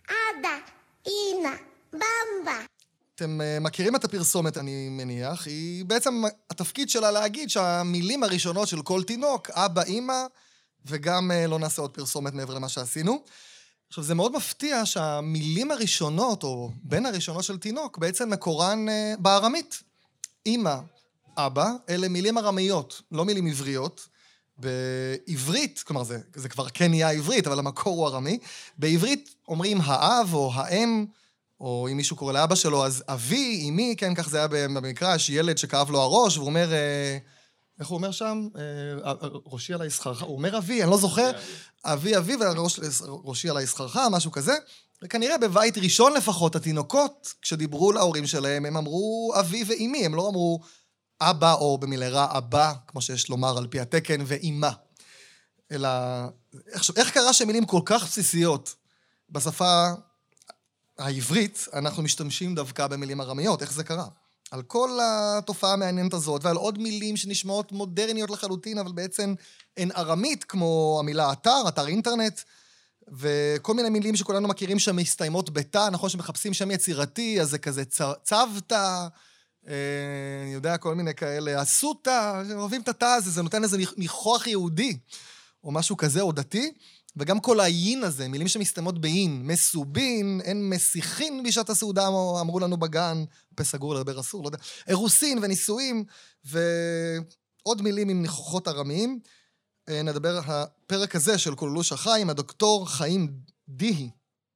אדה, אינה, במבה. אתם מכירים את הפרסומת, אני מניח. היא בעצם, התפקיד שלה להגיד שהמילים הראשונות של כל תינוק, אבא, אמא, וגם לא נעשה עוד פרסומת מעבר למה שעשינו. עכשיו, זה מאוד מפתיע שהמילים הראשונות, או בין הראשונות של תינוק, בעצם מקורן בארמית. אמא, אבא, אלה מילים ארמיות, לא מילים עבריות. בעברית, כלומר, זה כבר כן נהיה עברית, אבל המקור הוא ארמי. בעברית אומרים האב או האם, או אם מישהו קורא לאבא שלו, אז אבי, אמי, כן, כך זה היה במקרא, יש ילד שכאב לו הראש, והוא אומר, איך הוא אומר שם? ראשי עלי שכרך, הוא אומר אבי, אני לא זוכר, אבי, וראשי עלי שכרך, משהו כזה. וכנראה בבית ראשון לפחות, התינוקות, כשדיברו להורים שלהם, הם אמרו אבי ואמי, הם לא אמרו אבא, או במילה רע, אבא, כמו שיש לומר על פי התקן, ואמא. אלא, איך קרה שמילים כל כך בסיסיות בשפה העברית, אנחנו משתמשים דווקא במילים ארמיות? איך זה קרה? על כל התופעה המעניינת הזאת, ועל עוד מילים שנשמעות מודרניות לחלוטין, אבל בעצם הן ארמית, כמו המילה אתר אינטרנט, וכל מיני מילים שכולנו מכירים שמסתיימות בתא, נכון שמחפשים שם יצירתי, אז זה כזה צוותא, אני יודע, כל מיני כאלה, אסותא, אוהבים את התא הזה, זה נותן איזה ניחוח יהודי, או משהו כזה, או דתי, וגם כל היין הזה, מילים שמסתיימות ביין, מסובין, אין מסיחין בשעת הסעודה, אמרו לנו בגן, פה סגור לדבר אסור, לא יודע, אירוסין ונישואים, ועוד מילים עם ניחוחות ארמיים. נדבר הפרק הזה של קולולוש החי עם הדוקטור חיים דיהי.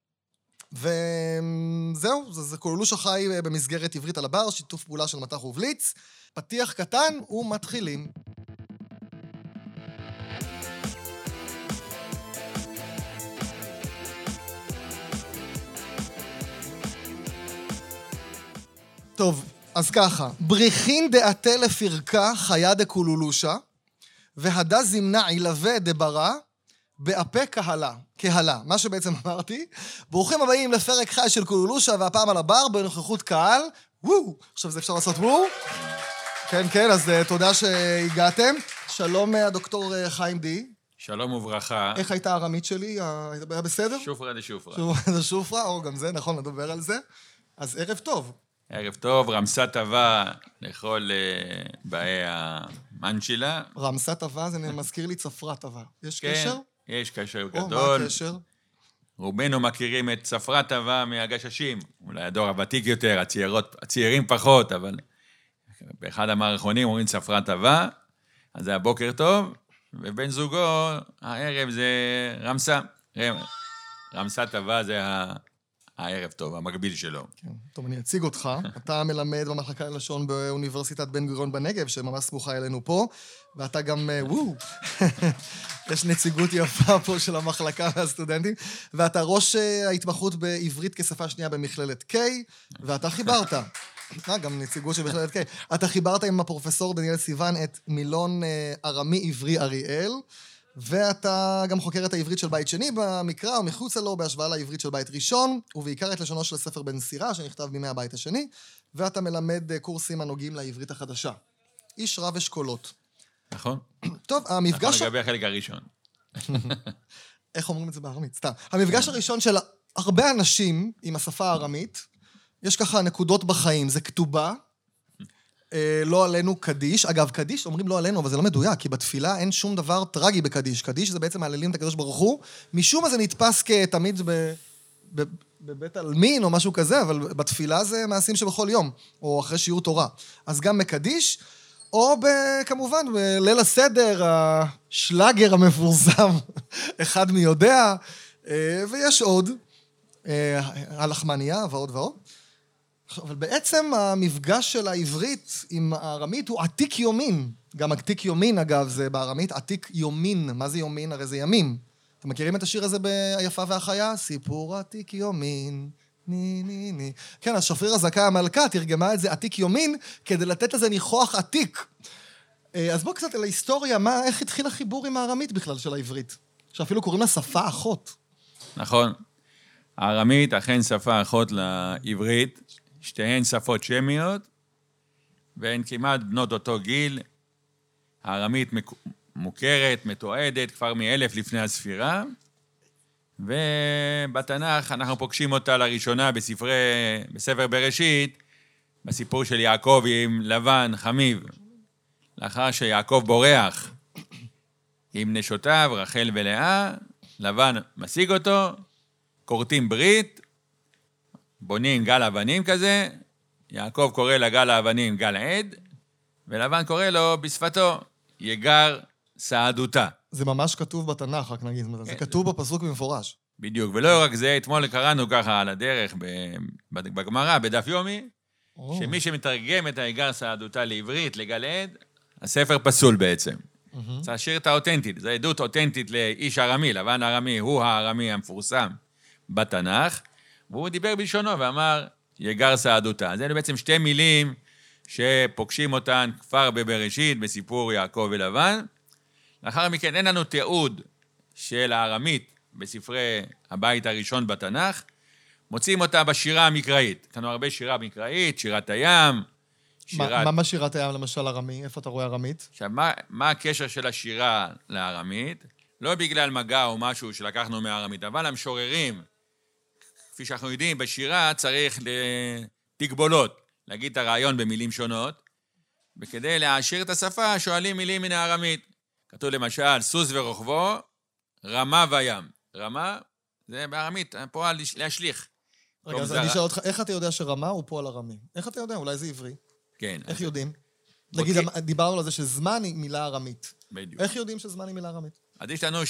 וזהו, זה קולולוש החי במסגרת עברית על הבר, שיתוף פעולה של מתח ובליץ, פתיח קטן ומתחילים. טוב, אז ככה, בריחין דעתה לפרקה חיה דקולולושה, והדה זמנה עילווה דברה, באפה קהלה. מה שבעצם אמרתי, ברוכים הבאים לפרק חי של קולולושה, והפעם על הבר בנוכחות קהל, וואו, עכשיו זה אפשר לעשות וואו? כן, אז תודה שהגעתם. שלום הדוקטור חיים די. שלום וברכה. איך הייתה הארמית שלי? היה בסדר? שופרה דשופרה. שופרה דשופרה, או גם זה, נכון, נדבר על זה. אז ערב טוב. ערב טוב, רמסה טובה לכל באי המנצ'ילה. רמסה טובה, זה מזכיר לי צפרה טובה. יש קשר? יש קשר או, גדול. מה הקשר? רובנו מכירים את צפרה טובה מהגששים. אולי הדור הוותיק יותר, הצעירים פחות, אבל באחד המערכונים אומרים צפרה טובה, אז זה הבוקר טוב, ובן זוגו, הערב זה רמסה. רמסה טובה זה הערב טוב, המקביל שלו. כן, טוב, אני אציג אותך. אתה מלמד במחלקה ללשון באוניברסיטת בן גוריון בנגב, שממש סמוכה אלינו פה, ואתה גם, יש נציגות יפה פה של המחלקה והסטודנטים, ואתה ראש ההתמחות בעברית כשפה שנייה במכללת קיי, ואתה חיברת, גם נציגות של מכללת קיי, אתה חיברת עם הפרופסור דניאל סיוון את מילון ארמי עברי אריאל, ואתה גם חוקר את העברית של בית שני במקרא ומחוצה לו בהשוואה לעברית של בית ראשון, ובעיקר את לשונו של הספר בן סירה שנכתב בימי הבית השני, ואתה מלמד קורסים הנוגעים לעברית החדשה. איש רב אשכולות. נכון? טוב, המפגש... נכון לגבי החלק הראשון. איך אומרים את זה בארמית? סתם. המפגש הראשון של הרבה אנשים עם השפה הארמית, יש ככה נקודות בחיים, זה כתובה, לא עלינו קדיש. אגב, קדיש אומרים לא עלינו, אבל זה לא מדויק, כי בתפילה אין שום דבר טרגי בקדיש. קדיש זה בעצם מעללים את הקדוש ברוך הוא, משום מה זה נתפס כתמיד בבית אלמין או משהו כזה, אבל בתפילה זה מעשים שבכל יום, או אחרי שיעור תורה. אז גם מקדיש, או כמובן בליל הסדר, השלאגר המפורסם, אחד מי יודע, ויש עוד, הלחמניה ועוד ועוד. אבל בעצם המפגש של העברית עם הארמית הוא עתיק יומין. גם עתיק יומין, אגב, זה בארמית עתיק יומין. מה זה יומין? הרי זה ימים. אתם מכירים את השיר הזה ביפה והחיה? סיפור עתיק יומין, ני ני ני. כן, השפריר הזכה המלכה תרגמה את זה עתיק יומין, כדי לתת לזה ניחוח עתיק. אז בואו קצת על ההיסטוריה, איך התחיל החיבור עם הארמית בכלל של העברית? שאפילו קוראים לה שפה אחות. נכון. הארמית אכן שפה אחות לעברית, שתיהן שפות שמיות, והן כמעט בנות אותו גיל. הארמית מוכרת, מתועדת, כבר מ-1000 לפני הספירה, ובתנ"ך אנחנו פוגשים אותה לראשונה בספר בראשית, בסיפור של יעקב עם לבן, חמיו, לאחר שיעקב בורח עם נשותיו, רחל ולאה, לבן משיג אותו, כורתים ברית, בונים גל אבנים כזה, יעקב קורא לגל האבנים גל עד, ולבן קורא לו בשפתו, יגר סעדותה. זה ממש כתוב בתנ"ך, רק נגיד, זה כתוב בפסוק במפורש. בדיוק, ולא רק זה, אתמול קראנו ככה על הדרך בגמרא, בדף יומי, שמי שמתרגם את היגר סעדותה לעברית, לגל עד, הספר פסול בעצם. צריך להשאיר את האותנטית, זו עדות אותנטית לאיש ארמי, לבן ארמי, הוא הארמי המפורסם בתנ"ך, והוא דיבר בלשונו ואמר, יגר סעדותה. זה בעצם שתי מילים שפוגשים אותן כבר בבראשית, בסיפור יעקב ולבן. לאחר מכן אין לנו תיעוד של הארמית בספרי הבית הראשון בתנ"ך, מוצאים אותה בשירה המקראית. יש לנו הרבה שירה מקראית, שירת הים, מה בשירת הים למשל ארמי? איפה אתה רואה ארמית? עכשיו, מה הקשר של השירה לארמית? לא בגלל מגע או משהו שלקחנו מהארמית, אבל המשוררים, כפי שאנחנו יודעים, בשירה צריך תגבולות, להגיד את הרעיון במילים שונות, וכדי להעשיר את השפה שואלים מילים מן הארמית. כתוב למשל, סוס ורוכבו, רמה וים. רמה, זה בארמית, פועל להשליך. רגע, אז אני אשאל אותך, איך אתה יודע שרמה הוא פועל ארמי? איך אתה יודע? אולי זה עברי. כן. איך יודעים? נגיד, דיברנו על זה שזמן היא מילה ארמית. בדיוק. איך יודעים שזמן היא מילה ארמית? אז יש לנו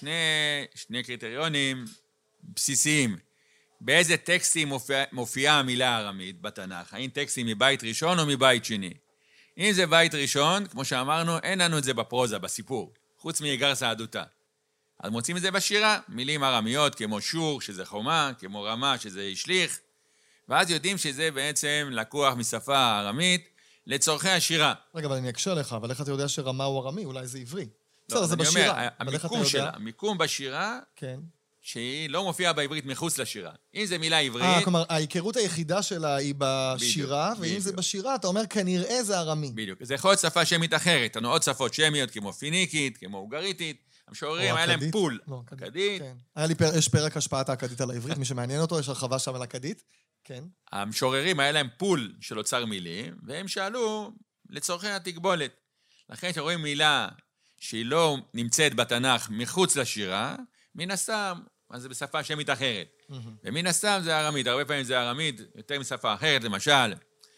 שני קריטריונים בסיסיים. באיזה טקסטים מופיעה המילה הארמית בתנ"ך? האם טקסטים מבית ראשון או מבית שני? אם זה בית ראשון, כמו שאמרנו, אין לנו את זה בפרוזה, בסיפור, חוץ מיגר סעדותה. אז מוצאים את זה בשירה, מילים ארמיות כמו שור, שזה חומה, כמו רמה, שזה השליך, ואז יודעים שזה בעצם לקוח משפה הארמית לצורכי השירה. רגע, אבל אני אקשה לך, אבל איך אתה יודע שרמה הוא ארמי? אולי זה עברי. בסדר, זה בשירה. המיקום שלה, המיקום בשירה, כן. שהיא לא מופיעה בעברית מחוץ לשירה. אם זה מילה עברית... כלומר, ההיכרות היחידה שלה היא בשירה, ואם זה בשירה, אתה אומר, כנראה זה ארמי. בדיוק. זה יכול להיות שפה שמית אחרת. לנו עוד שפות שמיות, כמו פיניקית, כמו אוגריתית. המשוררים, היה להם פול. אכדית. יש פרק השפעת האכדית על העברית, מי שמעניין אותו, יש הרחבה שם על אכדית. כן. המשוררים, היה להם פול של אוצר מילים, והם שאלו לצורכי התגבולת. לכן שרואים מילה שהיא לא נמצאת בתנ"ך מחוץ לשירה, מן הסתם, אז זה בשפה שמית אחרת. ומן הסתם זה ארמית. הרבה פעמים זה ארמית, יותר משפה אחרת. למשל,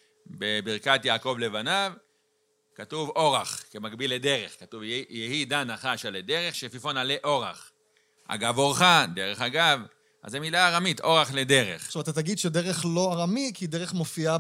בברכת יעקב לבניו, כתוב אורח, כמקביל לדרך. כתוב, יהי דן נחש על לדרך, שפיפון עלי אורח. אגב אורך, דרך אגב, אז זו מילה ארמית, אורח לדרך. עכשיו, אתה תגיד שדרך לא ארמי, כי דרך מופיעה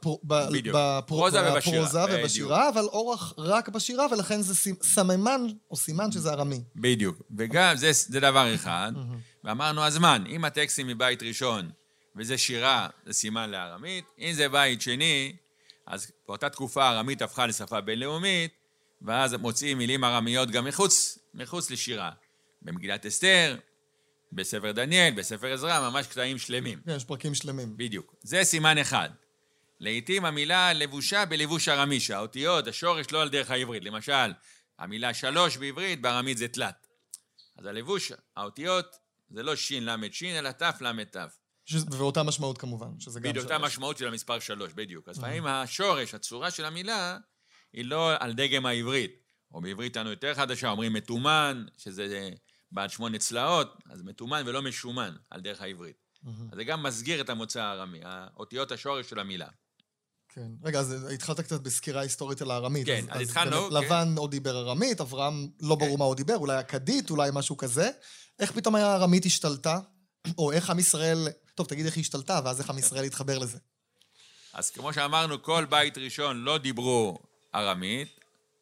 בפרוזה ובשירה, אבל אורח רק בשירה, ולכן זה סממן או סימן שזה ארמי. בדיוק. וגם זה דבר אחד. ואמרנו, הזמן, אם הטקסטים מבית ראשון, וזה שירה, זה סימן לארמית, אם זה בית שני, אז באותה תקופה הארמית הפכה לשפה בינלאומית, ואז מוצאים מילים ארמיות גם מחוץ לשירה. במגילת אסתר, בספר דניאל, בספר עזרא, ממש קטעים שלמים. כן, יש פרקים שלמים. בדיוק. זה סימן אחד. לעתים המילה לבושה בלבוש ארמי, שהאותיות, השורש לא על דרך העברית. למשל, המילה 3 בעברית, בארמית זה תלת. אז הלבוש, האותיות, זה לא שין למד שין, אלא תף למד תף. ואותה משמעות כמובן, שזה גם בדיוק, אותה משמעות של המספר 3, בדיוק. אז לפעמים השורש, הצורה של המילה, היא לא על דגם העברית. או בעברית לנו יותר חדשה, אומרים מתומן, שזה בעד 8 צלעות, אז מתומן ולא משומן על דרך העברית. אז זה גם מסגיר את המוצא הארמי, האותיות השורש של המילה. כן. רגע, אז התחלת קצת בסקירה היסטורית על הארמית. כן, אז התחלנו. לבן עוד דיבר ארמית, אברהם לא ברור מה הוא דיבר, אולי אכדית, אולי משהו כזה. איך פתאום הארמית השתלטה? או איך עם ישראל... טוב, תגיד איך היא השתלטה, ואז איך עם ישראל התחבר לזה. אז כמו שאמרנו, כל בית ראשון לא דיברו ארמית,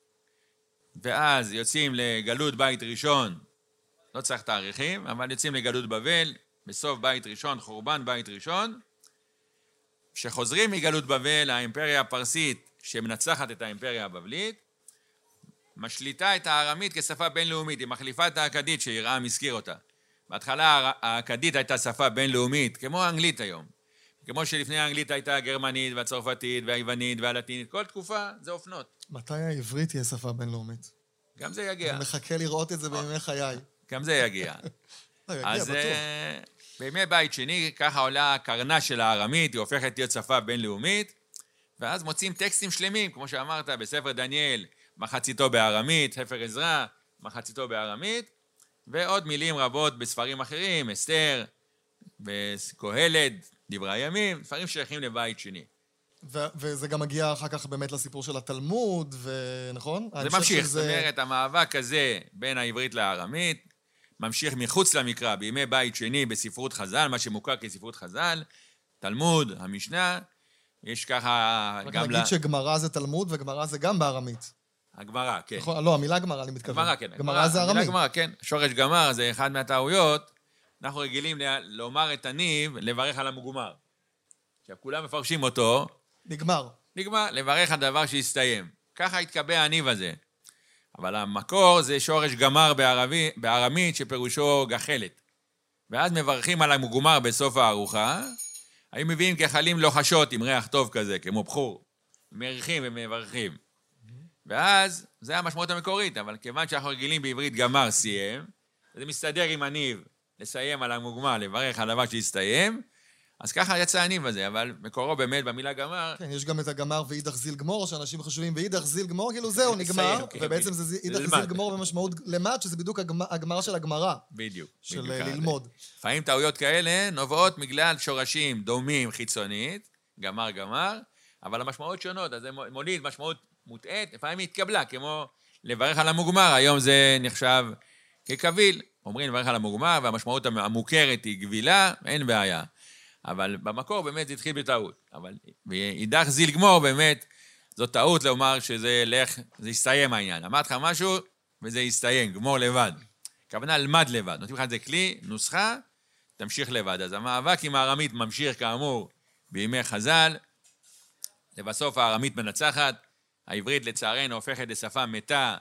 ואז יוצאים לגלות בית ראשון, לא צריך תאריכים, אבל יוצאים לגלות בבל, בסוף בית ראשון, חורבן בית ראשון, כשחוזרים מגלות בבל, האימפריה הפרסית, שמנצחת את האימפריה הבבלית, משליטה את הארמית כשפה בינלאומית, היא מחליפה את האכדית שירעם הזכיר אותה. בהתחלה האכדית הייתה שפה בינלאומית, כמו האנגלית היום. כמו שלפני האנגלית הייתה הגרמנית והצרפתית והיוונית והלטינית, כל תקופה זה אופנות. מתי העברית תהיה שפה בינלאומית? גם זה יגיע. אני מחכה לראות את זה בימי חיי. גם זה יגיע. אז בימי בית שני, ככה עולה הקרנה של הארמית, היא הופכת להיות שפה בינלאומית, ואז מוצאים טקסטים שלמים, כמו שאמרת, בספר דניאל, מחציתו בארמית, ספר עזרא, מחציתו בארמית, ועוד מילים רבות בספרים אחרים, אסתר, בקהלת, דברי הימים, ספרים שייכים לבית שני. וזה גם מגיע אחר כך באמת לסיפור של התלמוד, נכון? זה ממשיך, זאת אומרת, המאבק הזה בין העברית לארמית, ממשיך מחוץ למקרא, בימי בית שני בספרות חז"ל, מה שמוכר כספרות חז"ל, תלמוד, המשנה, יש ככה רק גם נגיד שגמרא זה תלמוד וגמרא זה גם בארמית. הגמרא, כן. נכון, לא, המילה גמרא, אני מתכוון. גמרא, כן. גמרא זה ארמית. המילה גמרא, כן. שורש גמר זה אחד מהטעויות. אנחנו רגילים לומר את הניב, לברך על המוגמר. עכשיו, כולם מפרשים אותו. נגמר. נגמר, לברך על דבר שהסתיים. ככה התקבע הניב הזה. אבל המקור זה שורש גמר בארמית, שפירושו גחלת. ואז מברכים על המוגמר בסוף הארוחה, היו מביאים כחלים לוחשות עם ריח טוב כזה, כמו בחור. מריחים ומברכים. ואז, זה המשמעות המקורית, אבל כיוון שאנחנו רגילים בעברית גמר סיים, זה מסתדר עם הניב, לסיים על המוגמר, לברך על דבר שהסתיים, אז ככה יצא הניב הזה, אבל מקורו באמת במילה גמר... כן, יש גם את הגמר ואידך זיל גמור, שאנשים חושבים ואידך זיל גמור, כאילו זהו, נגמר, ובעצם זה אידך זיל גמור במשמעות למד, שזה בדיוק הגמר של הגמרא. בדיוק. של ללמוד. לפעמים טעויות כאלה נובעות בגלל שורשים דומים חיצונית, גמר, אבל המשמעות שונות, אז זה מוליד משמעות מוטעת, לפעמים היא התקבלה, כמו לברך על המוגמר, היום זה נחשב כקביל, אומרים לברך על המוגמר, והמשמעות המוכרת היא גבילה, אין בעיה. אבל במקור באמת זה התחיל בטעות. אבל אידך זיל גמור באמת, זו טעות לומר שזה זה יסתיים העניין. אמרת לך משהו, וזה יסתיים, גמור לבד. הכוונה למד לבד. נותנים לך את זה כלי, נוסחה, תמשיך לבד. אז המאבק עם הארמית ממשיך כאמור בימי חז"ל, לבסוף הארמית מנצחת, העברית לצערנו הופכת לשפה מתה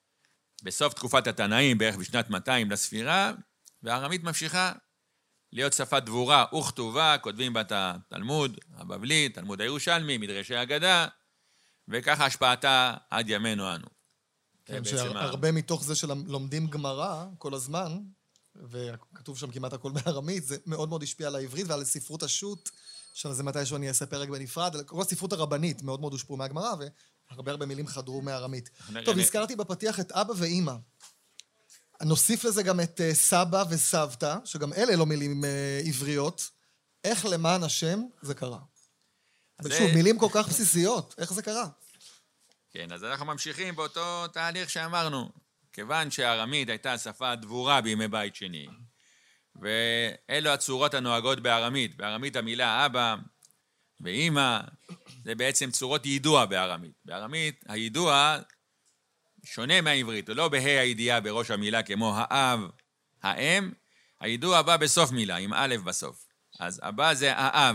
בסוף תקופת התנאים, בערך בשנת 200 לספירה, והארמית ממשיכה להיות שפה דבורה וכתובה, כותבים בה את התלמוד, הבבלי, תלמוד הירושלמי, מדרשי אגדה, וככה השפעתה עד ימינו אנו. כן, שהרבה מתוך זה שלומדים גמרא כל הזמן, וכתוב שם כמעט הכל בארמית, זה מאוד מאוד השפיע על העברית ועל ספרות השו"ת, שעל זה מתישהו אני אעשה פרק בנפרד, כל הספרות הרבנית מאוד מאוד הושפעו מהגמרא, והרבה מילים חדרו מארמית. טוב, הזכרתי בפתיח את אבא ואמא. נוסיף לזה גם את סבא וסבתא, שגם אלה לא מילים עבריות. איך למען השם זה קרה? ושוב, מילים כל כך בסיסיות, איך זה קרה? כן, אז אנחנו ממשיכים באותו תהליך שאמרנו. כיוון שהארמית הייתה שפה דבורה בימי בית שני, ואלו הצורות הנוהגות בארמית. בארמית המילה אבא ואמא, זה בעצם צורות יידוע בארמית. בארמית היידוע שונה מהעברית, הוא לא בה"א הידיעה בראש המילה כמו האב, האם, היידוע בא בסוף מילה, עם א' בסוף. אז אבא זה האב,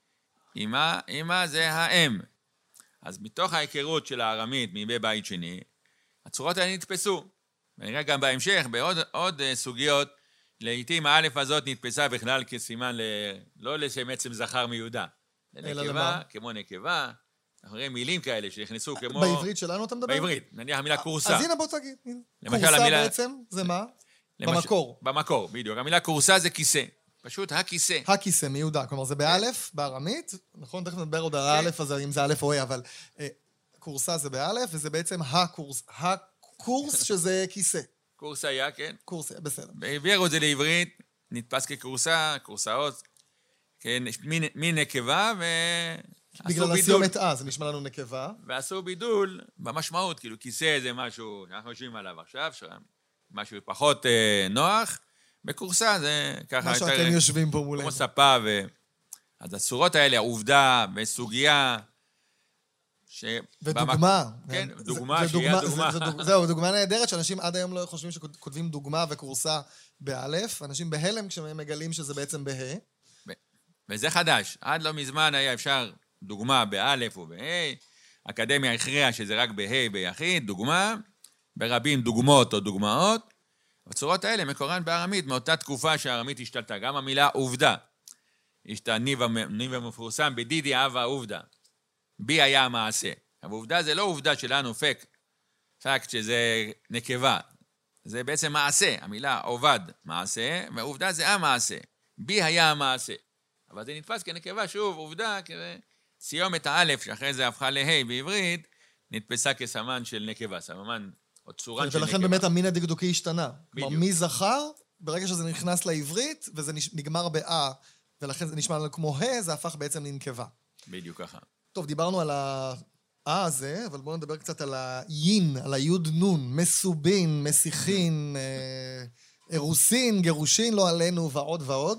אמא זה האם. אז מתוך ההיכרות של הארמית מימי בית שני, הצורות האלה נתפסו. ונראה גם בהמשך, בעוד סוגיות, לעתים האלף הזאת נתפסה בכלל כסימן לא לשם עצם זכר מיודע. לנקבה, כמו נקבה, אנחנו רואים מילים כאלה שנכנסו כמו... בעברית שלנו אתה מדבר? בעברית, נניח המילה קורסה. אז הנה בוא תגיד. קורסה בעצם זה מה? במקור. במקור, בדיוק. המילה קורסה זה כיסא. פשוט הכיסא. הכיסא, מיודע. כלומר, זה באלף, בארמית, נכון? תכף נדבר עוד על האלף הזה, אם זה אלף או אבל קורסה זה באלף, וזה בעצם הקורס. הקורס שזה כיסא. קורס היה, כן. קורס היה, בסדר. העבירו את זה לעברית, נתפס כקורסה, קורסאות, כן, מנקבה בגלל הסיומת זה נשמע לנו נקבה. ועשו בידול במשמעות, כאילו כיסא זה משהו שאנחנו יושבים עליו עכשיו, משהו פחות נוח, בקורסה זה ככה מה שאתם יושבים פה מולנו. כמו ספה אז הצורות האלה, העובדה וסוגיה, ודוגמה. כן, דוגמה, שיהיה דוגמה. זהו, דוגמה נהדרת, שאנשים עד היום לא חושבים שכותבים דוגמה וקורסה באלף, אנשים בהלם כשהם מגלים שזה בעצם בה'. וזה חדש. עד לא מזמן היה אפשר דוגמה באלף או בה', אקדמיה הכריעה שזה רק בה' ביחיד, דוגמה, ברבים דוגמות או דוגמאות. הצורות האלה מקורן בארמית, מאותה תקופה שהארמית השתלטה. גם המילה עובדה. יש את הניב המפורסם, בדידי אהבה עובדה. בי היה המעשה. אבל עובדה זה לא עובדה שלנו פקט שזה נקבה. זה בעצם מעשה, המילה עובד מעשה, ועובדה זה המעשה. בי היה המעשה. אבל זה נתפס כנקבה, שוב, עובדה, סיומת האלף, שאחרי זה הפכה להי בעברית, נתפסה כסמן של נקבה, סמן או צורן של נקבה. ולכן באמת המין הדקדוקי השתנה. בדיוק. כלומר, מי זכר, ברגע שזה נכנס לעברית, וזה נגמר באה, ולכן זה נשמע לנו כמו ה, זה הפך בעצם לנקבה. בדיוק ככה. טוב, דיברנו על הזה, אבל בואו נדבר קצת על היין, על היוד נון, מסובין, מסיחין, אירוסין, גירושין, לא עלינו, ועוד ועוד.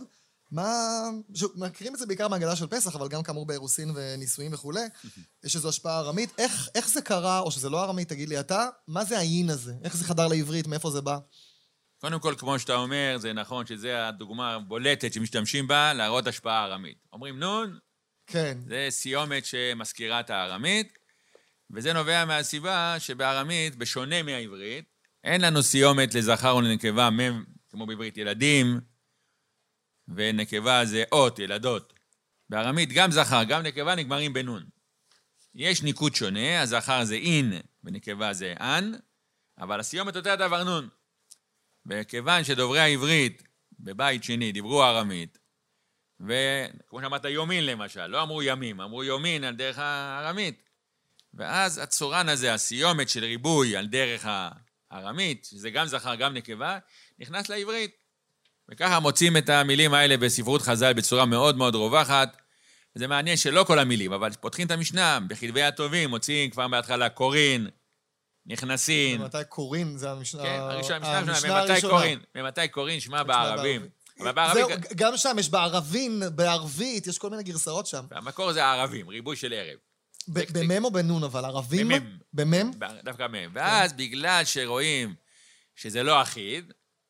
מכירים את זה בעיקר מהגדה של פסח, אבל גם כאמור באירוסין ונישואים וכולי. יש איזו השפעה ארמית. איך זה קרה, או שזה לא ארמית, תגיד לי אתה, מה זה היין הזה? איך זה חדר לעברית, מאיפה זה בא? קודם כל, כמו שאתה אומר, זה נכון שזה הדוגמה הבולטת שמשתמשים בה להראות השפעה ארמית. אומרים נון, כן. זה סיומת שמזכירה את הארמית, וזה נובע מהסיבה שבארמית, בשונה מהעברית, אין לנו סיומת לזכר או לנקבה, כמו בעברית ילדים, ונקבה זה אות, ילדות. בארמית גם זכר, גם נקבה נגמרים בנון. יש ניקוד שונה, הזכר זה אין, ונקבה זה אן, אבל הסיומת אותו הדבר נון. וכיוון שדוברי העברית בבית שני דיברו ארמית, וכמו שאמרת יומין למשל, לא אמרו ימים, אמרו יומין על דרך הארמית. ואז הצורן הזה, הסיומת של ריבוי על דרך הארמית, שזה גם זכר, גם נקבה, נכנס לעברית. וככה מוצאים את המילים האלה בספרות חז"ל בצורה מאוד מאוד רווחת. וזה מעניין שלא כל המילים, אבל פותחים את המשנה, בכתבי הטובים, מוצאים כבר בהתחלה קורין, נכנסין. ממתי קורין? זה המשנה... כן, המשנה הראשונה. ממתי קורין שמה בערבים. זהו, גם שם יש בערבין, בערבית, יש כל מיני גרסאות שם. והמקור זה הערבים, ריבוי של ערב. במם או בנון אבל, ערבים? במם. במם? דווקא מם. ואז בגלל שרואים שזה לא אחיד,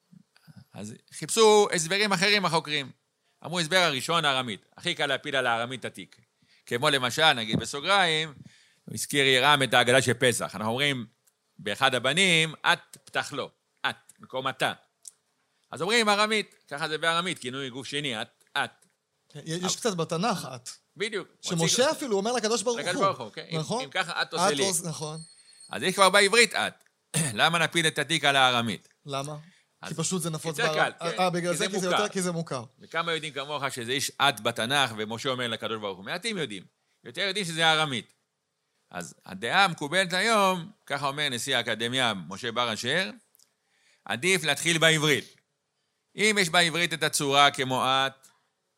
אז חיפשו הסברים אחרים החוקרים. אמרו הסבר הראשון הארמית. הכי קל להפיל על הארמית עתיק. כמו למשל, נגיד בסוגריים, הוא הזכיר ירם את ההגדה של פסח. אנחנו אומרים באחד הבנים, את פתח לו. את, במקום אתה. אז אומרים ארמית, ככה זה בארמית, כינוי גוף שני, את. יש קצת בתנ"ך, את. בדיוק. שמשה אפילו אומר לקדוש ברוך הוא. לקדוש ברוך הוא, כן. נכון? אם ככה, את עושה לי. נכון. אז יש כבר בעברית את. למה נפיל את התיק על הארמית? למה? כי פשוט זה נפוץ יותר קל, כן. בגלל זה, כי זה יותר, כי זה מוכר. וכמה יודעים כמוך שזה יש את בתנ"ך, ומשה אומר לקדוש ברוך הוא. מעטים יודעים. יותר יודעים שזה ארמית. אז הדעה המקובלת היום, ככה אומר נשיא האקדמיה, משה בר אשר, עדיף להתחיל בעברית. אם יש בעברית את הצורה כמו את,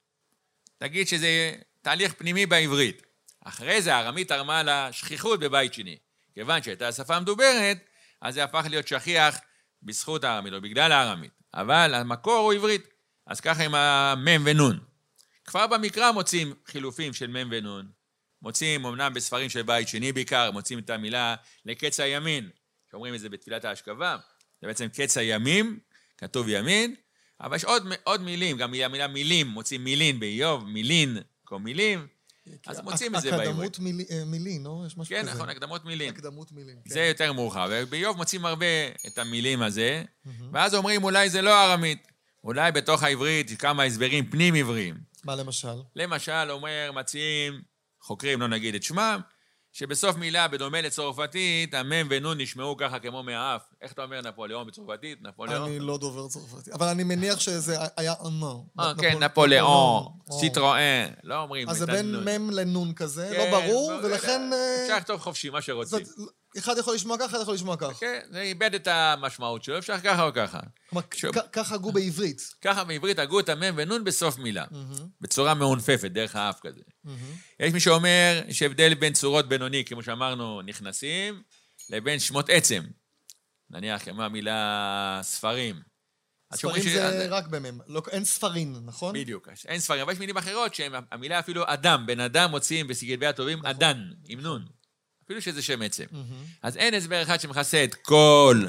תגיד שזה תהליך פנימי בעברית. אחרי זה הארמית תרמה לשכיחות בבית שני. כיוון שהייתה השפה המדוברת, אז זה הפך להיות שכיח בזכות הארמית או בגלל הארמית. אבל המקור הוא עברית. אז ככה עם המם ונון. כבר במקרא מוצאים חילופים של מם ונון. מוצאים, אמנם בספרים של בית שני בעיקר, מוצאים את המילה לקץ הימין, שאומרים את זה בתפילת ההשכבה. זה בעצם קץ הימים, כתוב ימין, אבל יש עוד מילים, גם המילה מילים, מוצאים מילין באיוב, מילין, כמו מילים, אז מוצאים את זה בעברית. הקדמות מילין, לא? יש משהו כזה. כן, נכון, הקדמות מילין. הקדמות מילין, כן. זה יותר מאוחר, ובאיוב מוצאים הרבה את המילים הזה, ואז אומרים אולי זה לא ארמית, אולי בתוך העברית כמה הסברים פנים עבריים. מה למשל? למשל, מציעים, חוקרים, לא נגיד את שמם, שבסוף מילה, בדומה לצרפתית, המם ונון נשמעו ככה כמו מהאף. איך אתה אומר נפוליאון בצרפתית? נפוליאון? אני לא דובר צרפתית, אבל אני מניח שזה היה אנו. כן, נפוליאון, סיטרואן, לא אומרים. אז זה בין מם לנון כזה, לא ברור, ולכן... אפשר לכתוב חופשי, מה שרוצים. אחד יכול לשמוע ככה, אחד יכול לשמוע ככה. כן, זה איבד את המשמעות שלו, אפשר ככה או ככה. ככה הגו בעברית. ככה בעברית הגו את המם ונון בסוף מילה, בצורה מעונפפת, דרך האף כזה. יש מי שאומר שהבדל בין צורות בינוני, כמו שאמרנו, נכנסים, לבין שמות עצם. נניח כמו המילה ספרים. ספרים זה רק במם, אין ספרים, נכון? בדיוק, אין ספרים, אבל יש מילים אחרות שהמילה אפילו אדם, בן אדם מוצאים בסגנונות הטובים, אדן, עם נון. אפילו שזה שם עצם. אז אין הסבר אחד שמכסה את כל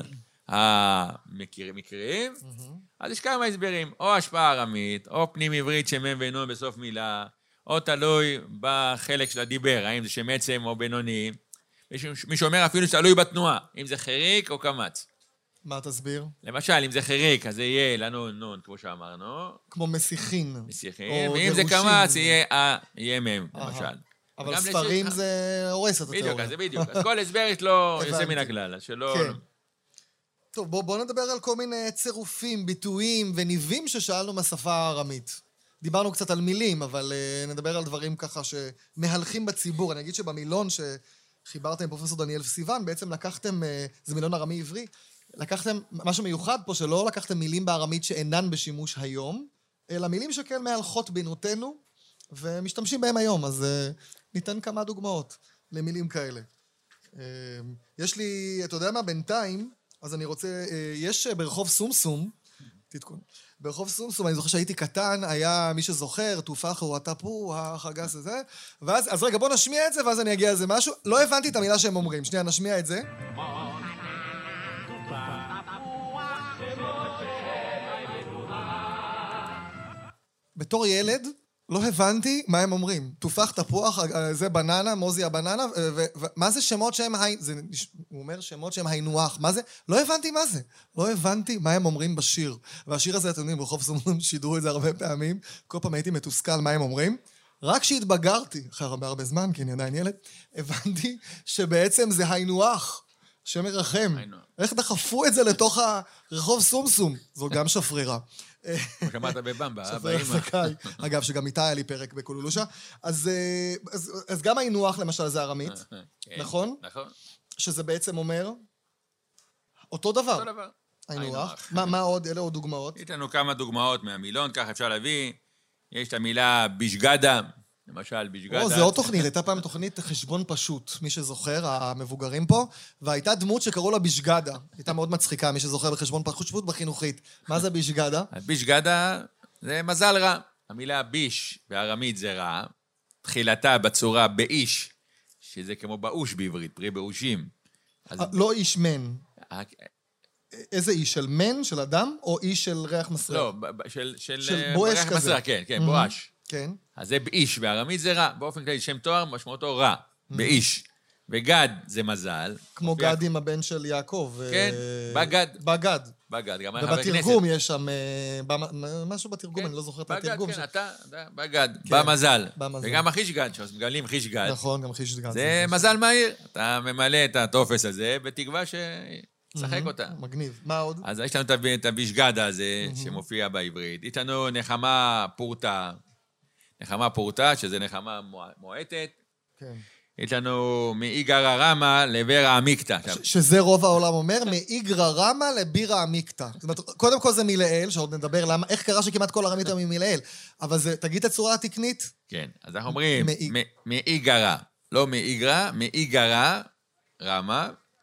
המקרים, אז יש כמה הסברים, או השפעה ארמית, או פנים עברית שמם ונון בסוף מילה, או תלוי בחלק של הדיבר, האם זה שם עצם או בינוני. מי שאומר אפילו שתלוי בתנועה, אם זה חריק או קמץ. מה תסביר? למשל, אם זה חריק, אז זה יהיה לנו נון, כמו שאמרנו. כמו מסיחין. מסיחין, ואם זה קמץ, יהיה מם, למשל. אבל ספרים זה הורס את התיאוריה. בדיוק, זה בדיוק. אז כל הסבר יש לו יוצא מן הכלל, אז שלא... טוב, בואו נדבר על כל מיני צירופים, ביטויים וניבים ששאלנו מהשפה הארמית. דיברנו קצת על מילים, אבל נדבר על דברים ככה שמהלכים בציבור. אני אגיד שבמילון שחיברתם עם פרופסור דניאל סיוון, בעצם לקחתם, זה מילון ארמי עברי, לקחתם משהו מיוחד פה, שלא לקחתם מילים בארמית שאינן בשימוש היום, אלא מילים שכן מהלכות בינותינו, ומשתמשים בהם היום, אז ניתן כמה דוגמאות למילים כאלה. יש לי, אתה יודע מה, בינתיים, אז אני רוצה, יש ברחוב סומסום, תתכון, ברחוב סומסום, אני זוכר שהייתי קטן, היה מי שזוכר, תופח או הטפו, החגס הזה, ואז, אז רגע, בוא נשמיע את זה, ואז אני אגיע לזה משהו. לא הבנתי את המילה שהם אומרים. שנייה, נשמיע את זה. בתור ילד, לא הבנתי מה הם אומרים. תופח, תפוח, זה בננה, מוזי הבננה, ומה זה שמות שהם הוא אומר שמות שהם היינוח, מה זה? לא הבנתי מה זה. לא הבנתי מה הם אומרים בשיר. והשיר הזה, אתם יודעים, ברחוב סומסום שידרו את זה הרבה פעמים, כל פעם הייתי מתוסכל מה הם אומרים. רק כשהתבגרתי, אחרי הרבה זמן, כי אני עדיין ילד, הבנתי שבעצם זה היינוח, שמרחם. איך דחפו את זה לתוך הרחוב סומסום? זו גם שפרירה. שמעת בבמבה, באמא. אגב, שגם איתה היה לי פרק בקולולושה. אז גם ההינוח, למשל, זה ארמית, נכון? נכון. שזה בעצם אומר אותו דבר. אותו דבר. ההינוח. מה עוד? אלה עוד דוגמאות. יש לנו כמה דוגמאות מהמילון, כך אפשר להביא. יש את המילה בישגדה, למשל בישגדה. זה עוד תוכנית, הייתה פעם תוכנית חשבון פשוט, מי שזוכר, המבוגרים פה, והייתה דמות שקראו לה בישגדה. הייתה מאוד מצחיקה, מי שזוכר בחשבון פשוט בחינוכית. מה זה בישגדה? בישגדה זה מזל רע. המילה ביש בארמית זה רע, תחילתה בצורה באיש, שזה כמו באוש בעברית, פרי באושים. לא איש מן. איזה איש? של מן, של אדם, או איש של ריח מסריח? לא, של בואש ריח כזה. מסריח, כן, כן, בואש. כן. אז זה באיש, בארמית זה רע. באופן כללי, שם תואר משמעותו רע, באיש. וגד זה מזל. כמו גד עם הבן של יעקב. כן, בגד. בגד. בגד, גם חבר כנסת. ובתרגום יש שם, משהו בתרגום, אני לא זוכר את התרגום. בגד, כן, אתה, בגד, במזל. במזל. וגם החישגד, שמגלים חישגד. נכון, גם חישגד. זה מזל מהיר. אתה ממלא את הטופס הזה, בתקווה ששחק אותה. מגניב. מה עוד? אז יש לנו את הבישגדה הזה, שמופיע בעברית. יש לנו נחמה פורתא. נחמה פורתא, שזה נחמה מועטת. כן. יש לנו מאיגרא רמא לבירא עמיקתא. שזה רוב העולם אומר, מאיגרא רמא לבירא עמיקתא. זאת אומרת, קודם כל זה מלעיל, שעוד נדבר למה, איך קרה שכמעט כל ארמית היא מלעיל. אבל זה, תגיד את הצורה התקנית? כן, אז אנחנו אומרים, מאיגרא, לא מאיגרא, מאיגרא רמא,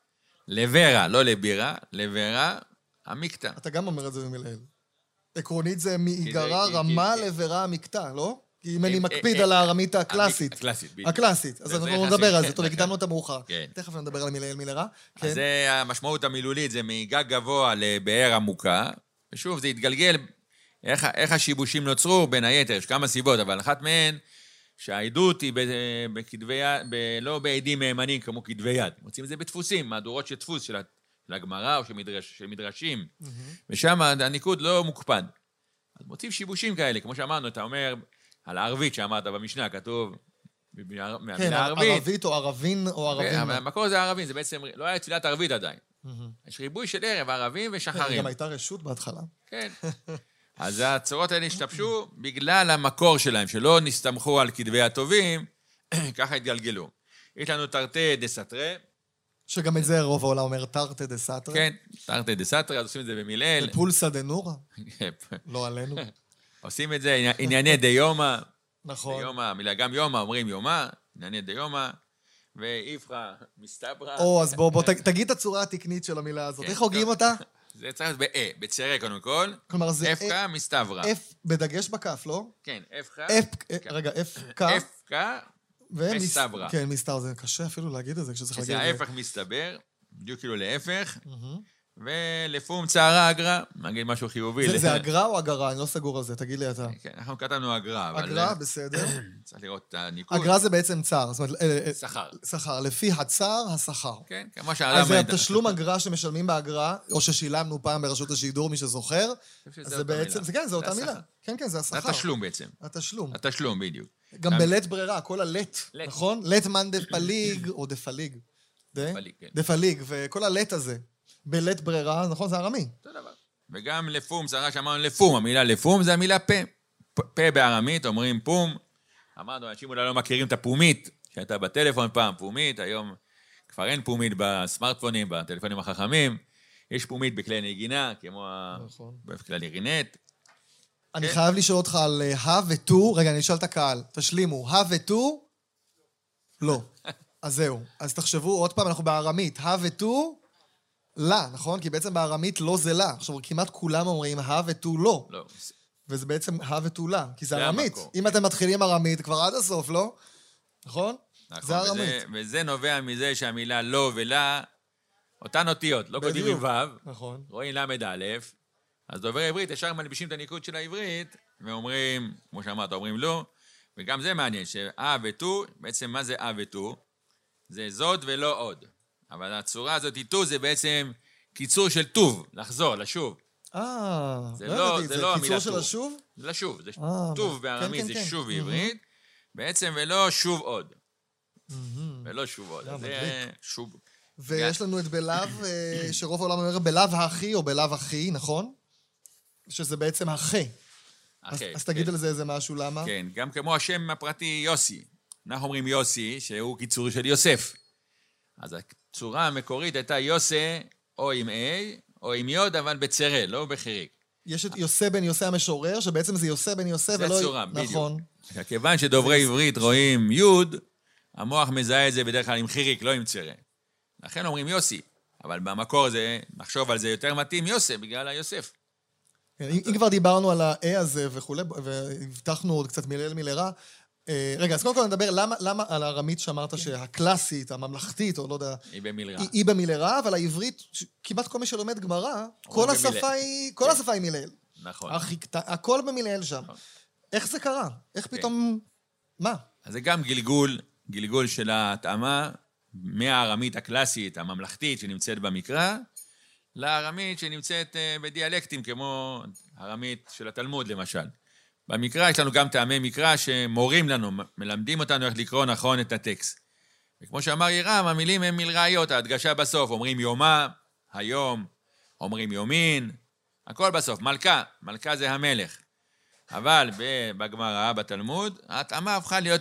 לבירא, לא לבירא, לבירא עמיקתא. אתה גם אומר את זה במלעיל. עקרונית זה מאיגרא רמא לבירא עמיקתא, לא? כי אם אני מקפיד על הארמית הקלאסית. הקלאסית, בדיוק. הקלאסית. אז אנחנו נדבר על זה. טוב, הקדמנו את המאוחר. כן. תכף נדבר על מלעיל מלרע. אז זה המשמעות המילולית, זה מגג גבוה לבאר עמוקה. ושוב, זה התגלגל, איך השיבושים נוצרו, בין היתר, יש כמה סיבות, אבל אחת מהן, שהעדות היא בכתבי יד, לא בעדים מהימנים כמו כתבי יד. מוצאים את זה בדפוסים, מהדורות של דפוס של הגמרא או של מדרשים. ושם הניקוד לא מוקפד. אז מוצאים שיבושים כאלה, כמו שאמרנו, אתה אומר, על הערבית שאמרת במשנה, כתוב, כן, ערבית או ערבין או ערבים. המקור זה ערבים, זה בעצם, לא היה תפילת ערבית עדיין. יש ריבוי של ערב, ערבים ושחרים. גם הייתה רשות בהתחלה. כן. אז הצורות האלה השתבשו בגלל המקור שלהם, שלא נסתמכו על כתבי הטובים, ככה התגלגלו. יש לנו תרתי דה סתרי. שגם את זה רוב העולם אומר תרתי דה סתרי. כן, תרתי דה סתרי, אז עושים את זה במילעיל. פולסא דנורא. לא עלינו. עושים את זה, ענייני דיומא. נכון. דיומא, מילה גם יומא, אומרים יומא, ענייני דיומא, ואיפרא מסתברא. אז בוא, תגיד את הצורה התקנית של המילה הזאת. איך הוגים אותה? זה צריך להיות בצרה קודם כל. כלומר, זה אפקא מסתברא. בדגש בכף, לא? כן, אפקא. רגע, אפקא. אפקא מסתברא. כן, מסתברא. זה קשה אפילו להגיד את זה כשצריך להגיד את זה. זה ההפך מסתבר, בדיוק כאילו להפך. ולפום צערה אגרא, נגיד משהו חיובי. זה אגרא או אגרא? אני לא סגור על זה, תגיד לי אתה. כן, אנחנו כתבנו אגרא, אבל... אגרא, בסדר. צריך לראות את הניקוד. אגרא זה בעצם צער, זאת אומרת... שכר. שכר, לפי הצער, השכר. כן, כמו שהאדם... אז זה התשלום אגרא שמשלמים באגרא, או ששילמנו פעם ברשות השידור, מי שזוכר. זה בעצם... כן, זה אותה מילה. כן, זה השכר. זה התשלום בעצם. התשלום. התשלום, בדיוק. גם בלית ברירה, כל הלית, נכון? לית מן דפליג, או דפליג. דפליג, וכל הלית הזה. בלית ברירה, נכון? זה ארמי. אותו דבר. וגם לפום, זרה שאמרנו לפום, המילה לפום זה המילה פה. פה בארמית, אומרים פום. אמרנו, אנשים אולי לא מכירים את הפומית, שהייתה בטלפון פעם, פומית, היום כבר אין פומית בסמארטפונים, בטלפונים החכמים. יש פומית בכלי נגינה, כמו בכלי רינט. אני חייב לשאול אותך על הא ותו. רגע, אני אשאל את הקהל. תשלימו. הא ותו? לא. אז זהו. אז תחשבו עוד פעם, אנחנו בארמית. הא ותו? לא, נכון? כי בעצם בארמית לא זה לא. עכשיו, כמעט כולם אומרים הא ותו לא. לא. וזה בעצם הא ותו לא, כי זה ארמית. אם אתם מתחילים ארמית, כבר עד הסוף, לא? נכון? זה ארמית. וזה נובע מזה שהמילה לא ולא, אותן אותיות, לא כותבים עם וו, נכון. רואים למד א', אז דוברי עברית ישר מלבישים את הניקוד של העברית, ואומרים, כמו שאמרת, אומרים לא, וגם זה מעניין, שאה ותו, בעצם מה זה אה ותו? זה זאת ולא עוד. אבל הצורה הזאת, תו, זה בעצם קיצור של טוב, לחזור, לשוב. זה לא המילה קיצור של השוב? זה לשוב, זה טוב בארמית, זה שוב בעברית, בעצם ולא שוב עוד. ולא שוב עוד. זה שוב. ויש לנו את בלאו, שרוב העולם אומר בלאו הכי או בלאו הכי, נכון? שזה בעצם הכי. אז תגיד על זה איזה משהו, למה? כן, גם כמו השם הפרטי יוסי. אנחנו אומרים יוסי, שהוא קיצור של יוסף. אז הצורה המקורית הייתה יוסה או עם A, או עם יוד, אבל בצרה, לא בחיריק. יש את יוסה בן יוסה המשורר, שבעצם זה יוסה בן יוסה ולא... זה הצורה, בדיוק. נכון. כיוון שדוברי עברית רואים יוד, המוח מזהה את זה בדרך כלל עם חיריק, לא עם צרה. לכן אומרים יוסי, אבל במקור זה, נחשוב על זה יותר מתאים יוסף, בגלל היוסף. אם כבר דיברנו על ה-A הזה וכו', והבטחנו עוד קצת מילה למילה, רגע, אז קודם כל נדבר, למה על הארמית שאמרת שהקלאסית, הממלכתית, או לא יודע... היא במילרע. היא במילרע, אבל העברית, כמעט כל מי שלומד גמרא, כל השפה היא מילל. נכון. הכל במילל שם. איך זה קרה? איך פתאום... מה? אז זה גם גלגול של ההתאמה, מהארמית הקלאסית, הממלכתית, שנמצאת במקרא, לארמית שנמצאת בדיאלקטים, כמו הארמית של התלמוד, למשל. במקרא יש לנו גם טעמי מקרא שמורים לנו, מלמדים אותנו איך לקרוא נכון את הטקסט. וכמו שאמר ירם, המילים הם מלראיות, ההדגשה בסוף, אומרים יומה, היום, אומרים יומין, הכל בסוף, מלכה זה המלך. אבל בגמרא, בתלמוד, ההתאמה הפכה להיות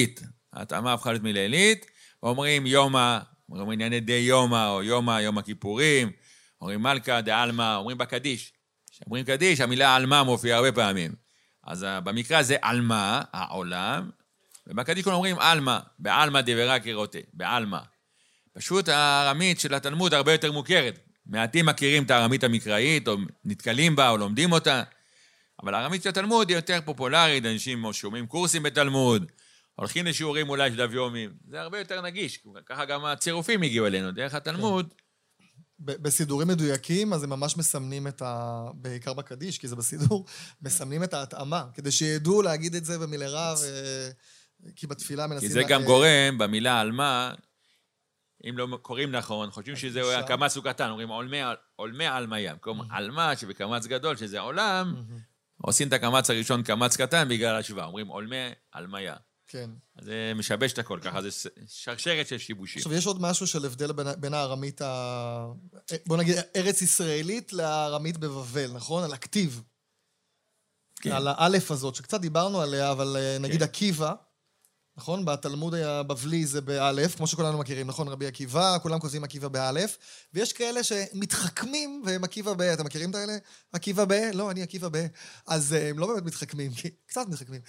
מלעילית, אומרים יומא, אומרים ענייני די יומא, או יומא, יום הכיפורים, אומרים מלכה, די אלמה, אומרים בקדיש. כשאומרים קדיש, המילה אלמה מופיעה הרבה פעמים. אז במקרא זה אלמה, העולם, ובקדיש כולם אומרים אלמה, באלמה דברה כרותה, באלמה. פשוט הארמית של התלמוד הרבה יותר מוכרת. מעטים מכירים את הארמית המקראית, או נתקלים בה, או לומדים אותה, אבל הארמית של התלמוד היא יותר פופולרית, אנשים שומעים קורסים בתלמוד, הולכים לשיעורים אולי של דף יומי, זה הרבה יותר נגיש, ככה גם הצירופים הגיעו אלינו, דרך התלמוד. בסידורים מדויקים, אז הם ממש מסמנים בעיקר בקדיש, כי זה בסידור, מסמנים את ההתאמה, כדי שידעו להגיד את זה במילרע, כי בתפילה מנסים... כי זה גם גורם, במילה אלמה, אם לא קוראים נכון, חושבים שזה הקמץ הוא קטן, אומרים עולמי אלמיה, במקום אלמה שבקמץ גדול, שזה עולם, עושים את הקמץ הראשון קמץ קטן בגלל השוואה, אומרים עולמי אלמיה. כן. אז זה משבש את הכל ככה, זה שרשרת של שיבושים. עכשיו, יש עוד משהו של הבדל בין הארמית, בוא נגיד, ארץ ישראלית לארמית בבבל, נכון? על הכתיב. כן. על האלף הזאת, שקצת דיברנו עליה, אבל נגיד עקיבא, נכון? בתלמוד הבבלי זה באלף, כמו שכולנו מכירים, נכון? רבי עקיבא, כולם כותבים עקיבא באלף, ויש כאלה שמתחכמים והם עקיבא ב... אתם מכירים את האלה? עקיבא ב... לא, אני עקיבא ב... אז הם לא באמת מתחכמים, קצת מתחכמים.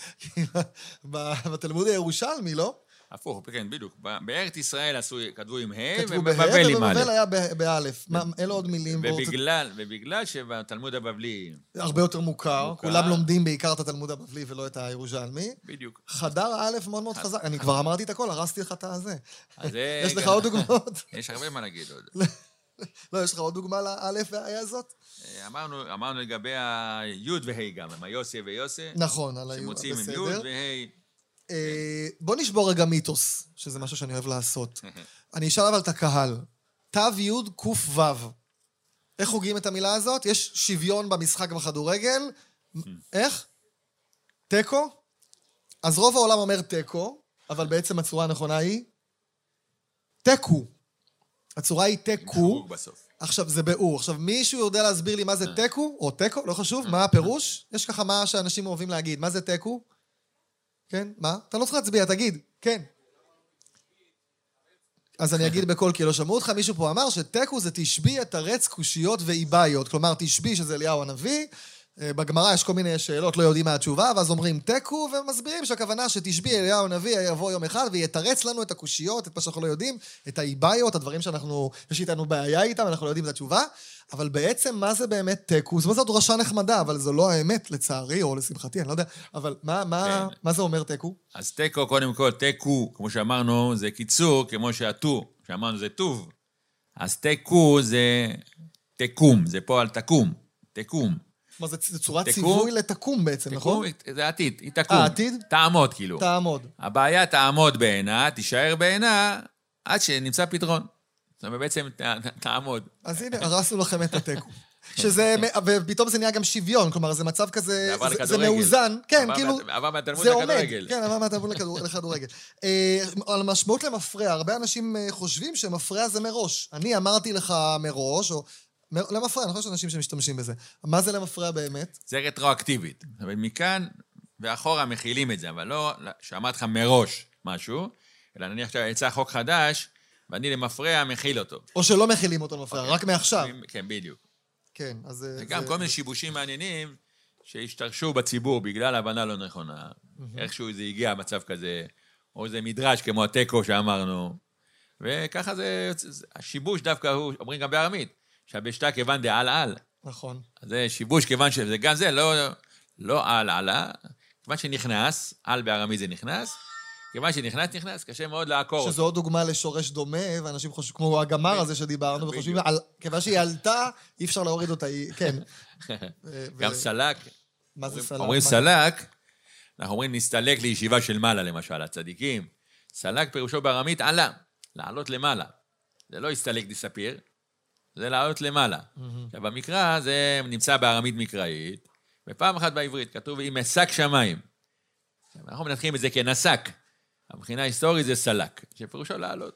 בתלמוד הירושלמי, לא? הפוך, כן, בדיוק. בארץ ישראל כתבו עם ה' כתבו בה' ובבבל היה באלף. אלו עוד מילים. ובגלל שבתלמוד הבבלי... הרבה יותר מוכר, כולם לומדים בעיקר את התלמוד הבבלי ולא את הירושלמי. בדיוק. חדר האלף מאוד מאוד חזק. אני כבר אמרתי את הכל, הרסתי לך את הזה. יש לך עוד דוגמאות? יש הרבה מה להגיד עוד. לא, יש לך עוד דוגמה לאלף וההיה הזאת? אמרנו לגבי היוד והי גם, עם היוסי ויוסי. נכון, על היוד, שמוצאים עם יוד והי. בוא נשבור רגע מיתוס, שזה משהו שאני אוהב לעשות. אני אשאל אבל את הקהל. תו יוד קוף וו. איך הוגים את המילה הזאת? יש שוויון במשחק בכדורגל. איך? טקו? אז רוב העולם אומר טקו, אבל בעצם הצורה הנכונה היא טקו. הצורה היא תקו. חוג בסוף. עכשיו, זה באור. עכשיו, מישהו יודע להסביר לי מה זה תקו, או תקו, לא חשוב, מה הפירוש? יש ככה מה שאנשים אוהבים להגיד. מה זה תקו? כן, מה? אתה לא צריך להצביע, תגיד. כן. אז אני אגיד בכל כי לא שמעו אותך, מישהו פה אמר שתקו זה תשבי, תרץ, קושיות ואיבאיות. כלומר, תשבי שזה אליהו הנביא, בגמרא יש כל מיני שאלות, לא יודעים מה התשובה, ואז אומרים תקו, ומסבירים שהכוונה שתשבי אליהו הנביא יבוא יום אחד, ויתרץ לנו את הקושיות, את מה שאנחנו לא יודעים, את האיבאיות, הדברים יש איתנו בעיה איתם, אנחנו לא יודעים את התשובה, אבל בעצם מה זה באמת תקו? זאת אומרת, דרשה נחמדה, אבל זו לא האמת, לצערי, או לשמחתי, אני לא יודע, אבל מה זה אומר תקו? אז תקו, קודם כל, תקו, כמו שאמרנו, זה קיצור, כמו שהטו, שאמרנו זה טוב. אז תקו זה תקום, זה פה על תקום, תקום. מה זה צורת ציווי לתקום בעצם, נכון? זה עתיד, היא תקום. עתיד? תעמוד כאילו. תעמוד. הבעיה תעמוד בעינה, תישאר בעינה, עד שנמצא פתרון. זאת אומרת, בעצם תעמוד. אז הנה, הרסנו לכם את התקו. שזה, ופתאום זה נהיה גם שוויון, כלומר, זה מצב כזה, זה מאוזן. כן, כאילו, עבר מהתלמוד זה עומד. לכדורגל. כן, עבר מהתלמוד לכדורגל. על משמעות למפרע, הרבה אנשים חושבים שמפרע זה מראש. אני אמרתי לך מראש, או למפרע, אני חושב שאנשים שמשתמשים בזה. מה זה למפרע באמת? זה רטרואקטיבית. אבל מכאן ואחורה מכילים את זה, אבל לא שאמרתי לך מראש משהו, אלא נניח עכשיו יצא חוק חדש, ואני למפרע מכיל אותו. או שלא מכילים אותו למפרע, רק מעכשיו. כן, בדיוק. כן, אז וגם כל מיני שיבושים מעניינים שהשתרשו בציבור בגלל הבנה לא נכונה. איכשהו זה הגיע מצב כזה, או זה מדרש כמו התקו שאמרנו, וככה זה, השיבוש דווקא הוא, אומרים גם בארמית, שהבשתה כיוון דעל על. נכון. אז זה שיבוש כיוון שזה גם זה, לא על עלה, כיוון שנכנס, על בארמית זה נכנס, כיוון שנכנס, קשה מאוד לעקור. שזו עוד דוגמה לשורש דומה, ואנשים חושבים, כמו הגמר הזה שדיברנו, וחושבים, כיוון שהיא עלתה, אי אפשר להוריד אותה, כן. גם סלק. מה זה סלק? אומרים סלק, אנחנו אומרים נסתלק לישיבה של מעלה, למשל, הצדיקים. סלק פירושו בארמית עלה, לעלות למעלה. זה לא הסתלק דיספיר, זה לעלות למעלה. במקרא זה נמצא בארמית מקראית, ופעם אחת בעברית כתוב, אם מסק שמיים. אנחנו מנתחים את זה כנסק. הבחינה ההיסטורית זה סלק, שפירושו לעלות.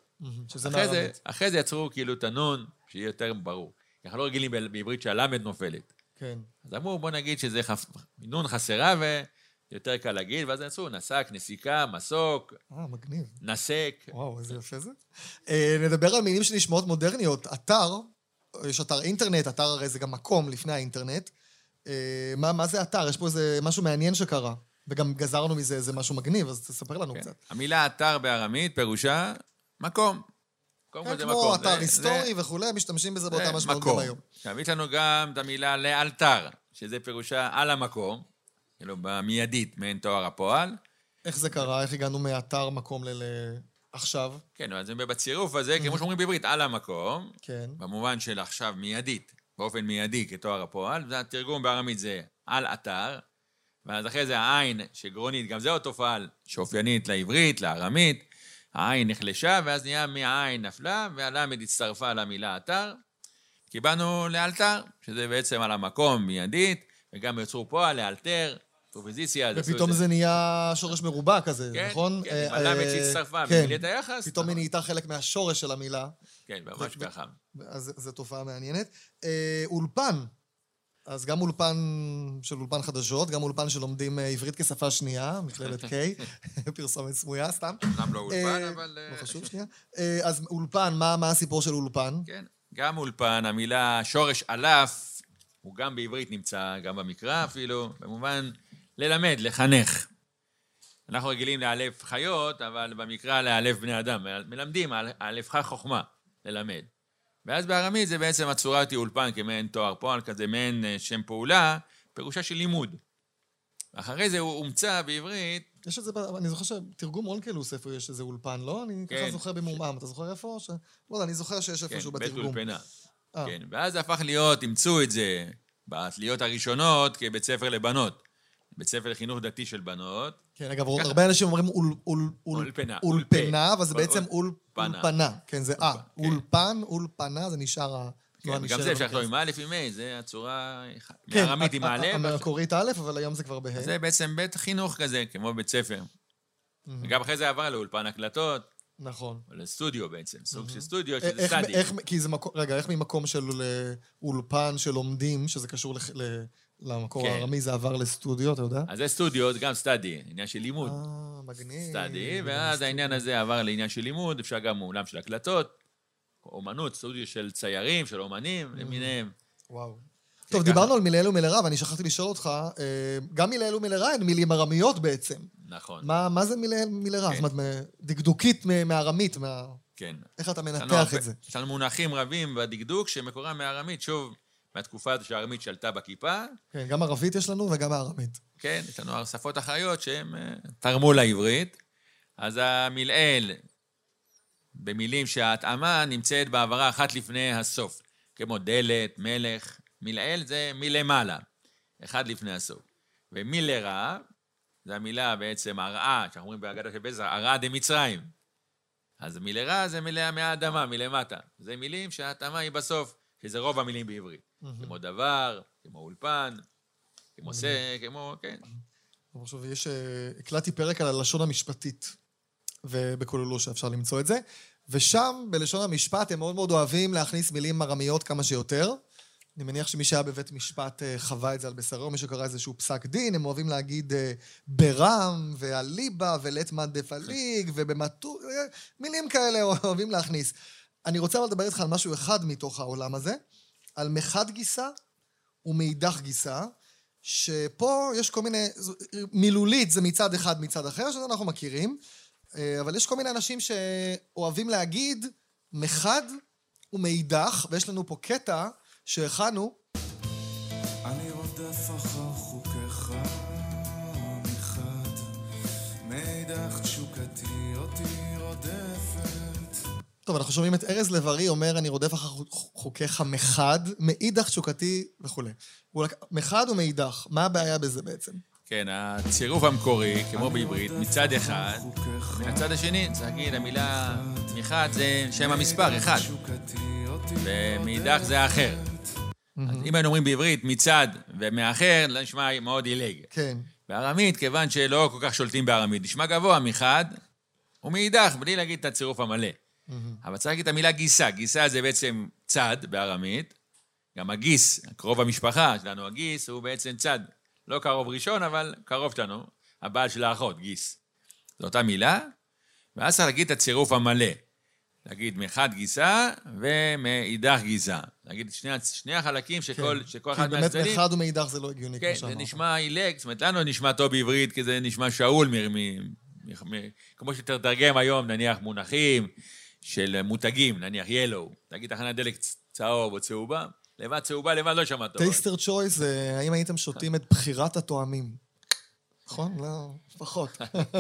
אחרי זה יצרו כאילו את הנון, שיהיה יותר ברור. אנחנו לא רגילים בעברית שהלמד נופלת. כן. אז אמרו, בוא נגיד שזה נון חסרה ויותר קל להגיד, ואז יצרו נסק, נסיקה, מסוק. מגניב. נסק. וואו, איזה יפה זה. נדבר על מילים שנשמעות מודרניות. אתר, יש אתר אינטרנט, אתר הרי זה גם מקום לפני האינטרנט. מה זה אתר? יש פה איזה משהו מעניין שקרה. וגם גזרנו מזה איזה משהו מגניב, אז תספר לנו קצת. המילה אתר בארמית פירושה מקום. כמו אתר היסטורי וכו', משתמשים בזה באותה משמעות גם היום. עכשיו, יש לנו גם את המילה לאלתר, שזה פירושה על המקום, כאילו במיידית, מעין תואר הפועל. איך זה קרה? איך הגענו מאתר מקום עכשיו? כן, אז בצירוף הזה, כמו שאומרים בעברית, על המקום, כן. במובן של עכשיו מיידית, באופן מיידי כתואר הפועל, והתרגום בארמית זה על אתר, ואז אחרי זה העין שגרונית, גם זה עוד תופעה שאופיינית לעברית, לארמית, העין נחלשה, ואז נהיה מהעין נפלה, והלמד הצטרפה למילה אתר. קיבלנו לאלתר, שזה בעצם על המקום מיידית, וגם יצרו פועל לאלתר, פרופיזיציה. ופתאום זה נהיה שורש מרובע כזה, נכון? כן, הלמד שהצטרפה במילת היחס. פתאום היא נהייתה חלק מהשורש של המילה. כן, ממש ככה. אז זו תופעה מעניינת. אולפן. אז גם אולפן של אולפן חדשות, גם אולפן שלומדים עברית כשפה שנייה, מכללת K, פרסומת סמויה, סתם. גם לא אולפן, אבל... לא חשוב, שנייה. אז אולפן, מה הסיפור של אולפן? כן, גם אולפן, המילה שורש אלף, הוא גם בעברית נמצא, גם במקרא אפילו, במובן ללמד, לחנך. אנחנו רגילים לאלף חיות, אבל במקרא לאלף בני אדם, מלמדים אלפך חוכמה, ללמד. ואז בארמית זה בעצם הצורת אולפן כמעין תואר פועל, כזה מעין שם פעולה, פירושה של לימוד. אחרי זה הוא הומצא בעברית. יש את זה, אני זוכר שתרגום אונקלוס איפה יש איזה אולפן, לא? אני ככה זוכר במומם, אתה זוכר איפה? לא, אני זוכר שיש איפשהו בתרגום. כן, בית אולפנה. כן, ואז זה הפך להיות, אימצו את זה, בתליות הראשונות כבית ספר לבנות. בית ספר לחינוך דתי של בנות. כן, אגב, הרבה אנשים אומרים אולפנה, אבל זה בעצם אולפנה. כן, זה אולפנה, זה נשאר... גם זה אפשר עם א' עם ה', זה הצורה מארמית עם א'. המקורית א', אבל היום זה כבר בה'. זה בעצם בית חינוך כזה, כמו בית ספר. וגם אחרי זה עבר לאולפן הקלטות, נכון. או לסטודיו בעצם, סוג של סטודיו, שזה סטאדי. כי זה מקום, רגע, איך ממקום של אולפן של לומדים, שזה קשור למקור הארמי, זה עבר לסטודיו, אתה יודע? אז זה סטודיו, גם סטאדי, עניין של לימוד. מגניב. סטאדי, ואז העניין הזה עבר לעניין של לימוד, אפשר גם מעולם של הקלטות, אומנות, סטודיו של ציירים, של אומנים, למיניהם. וואו. טוב, דיברנו על מילאל ומילרע, ואני שכחתי לשאול אותך, גם מילאל ומילרע הן מילים ארמיות בעצם. נכון. מה זה מילאל ומילרע? זאת אומרת, דקדוקית מארמית, כן. איך אתה מנתח את זה? יש לנו מונחים רבים בדקדוק שמקורם מארמית, שוב, מהתקופה שהארמית שלטה בכיפה. כן, גם ערבית יש לנו וגם הארמית. כן, יש לנו שפות אחיות שהן תרמו לעברית. אז המילאל, במילים שההתאמה נמצאת בעברה אחת לפני הסוף, כמו דלת, מלך. מילאל זה מלמעלה, אחד לפני הסוף. ומילרע, זה המילה בעצם הרעה, שאנחנו אומרים בהגדה של בזרא, הרעה דמצרים. אז מילרע זה מילה מהאדמה, מלמטה. זה מילים שההתאמה היא בסוף, שזה רוב המילים בעברית. כמו דבר, כמו אולפן, כמו כן. עכשיו, הקלטתי פרק על הלשון המשפטית, ובכוללו שאפשר למצוא את זה, ושם, בלשון המשפט, הם מאוד מאוד אוהבים להכניס מילים ארמיות כמה שיותר. אני מניח שמי שהיה בבית משפט חווה את זה על בשרו, מי שקרא איזשהו פסק דין, הם אוהבים להגיד ברם, והליבה, ולטמן דפליג, ובמטור, מילים כאלה אוהבים להכניס. אני רוצה לדבר איתך על משהו אחד מתוך העולם הזה, על מחד גיסה ומאידך גיסה, שפה יש כל מיני, מילולית זה מצד אחד מצד אחר, שזה אנחנו מכירים, אבל יש כל מיני אנשים שאוהבים להגיד מחד ומאידך, ויש לנו פה קטע שהכנו. אני רודף אחר חוקיך מחד, מאידך תשוקתי אותי רודפת. טוב, אנחנו שומעים את ארז לב-ארי אומר, אני רודף אחר חוקיך מחד, מאידך תשוקתי וכו'. מחד ומאידך, מה הבעיה בזה בעצם? כן, הצירוף המקורי, כמו בעברית, מצד אחד, מהצד השני, צריך להגיד, המילה מחד זה שם המספר, אחד. ומאידך זה האחר. אז אם היינו אומרים בעברית מצד ומאחר, לא נשמע מאוד עילג. כן. בארמית, כיוון שלא כל כך שולטים בארמית, נשמע גבוה מחד ומאידך, בלי להגיד את הצירוף המלא. אבל צריך להגיד את המילה גיסה. גיסה זה בעצם צד בארמית. גם הגיס, קרוב המשפחה שלנו, הגיס הוא בעצם צד. לא קרוב ראשון, אבל קרוב שלנו. הבעל של האחות, גיס. זו אותה מילה. ואז צריך להגיד את הצירוף המלא. להגיד מחד גיסה ומאידך גיסה. להגיד שני החלקים שכל אחד מהצדדים. כי באמת מחד ומאידך זה לא הגיוני. כן, זה נשמע עילג. זאת אומרת, לנו נשמע טוב בעברית, כי זה נשמע שאול כמו שתתרגם היום, נניח מונחים של מותגים, נניח ילו. תגיד תחנת דלק צהוב או צהובה. לבד צהובה, לבד לא שמע טוב. טייסטר צ'ויס, האם הייתם שותים את בחירת התואמים? נכון? לא, פחות.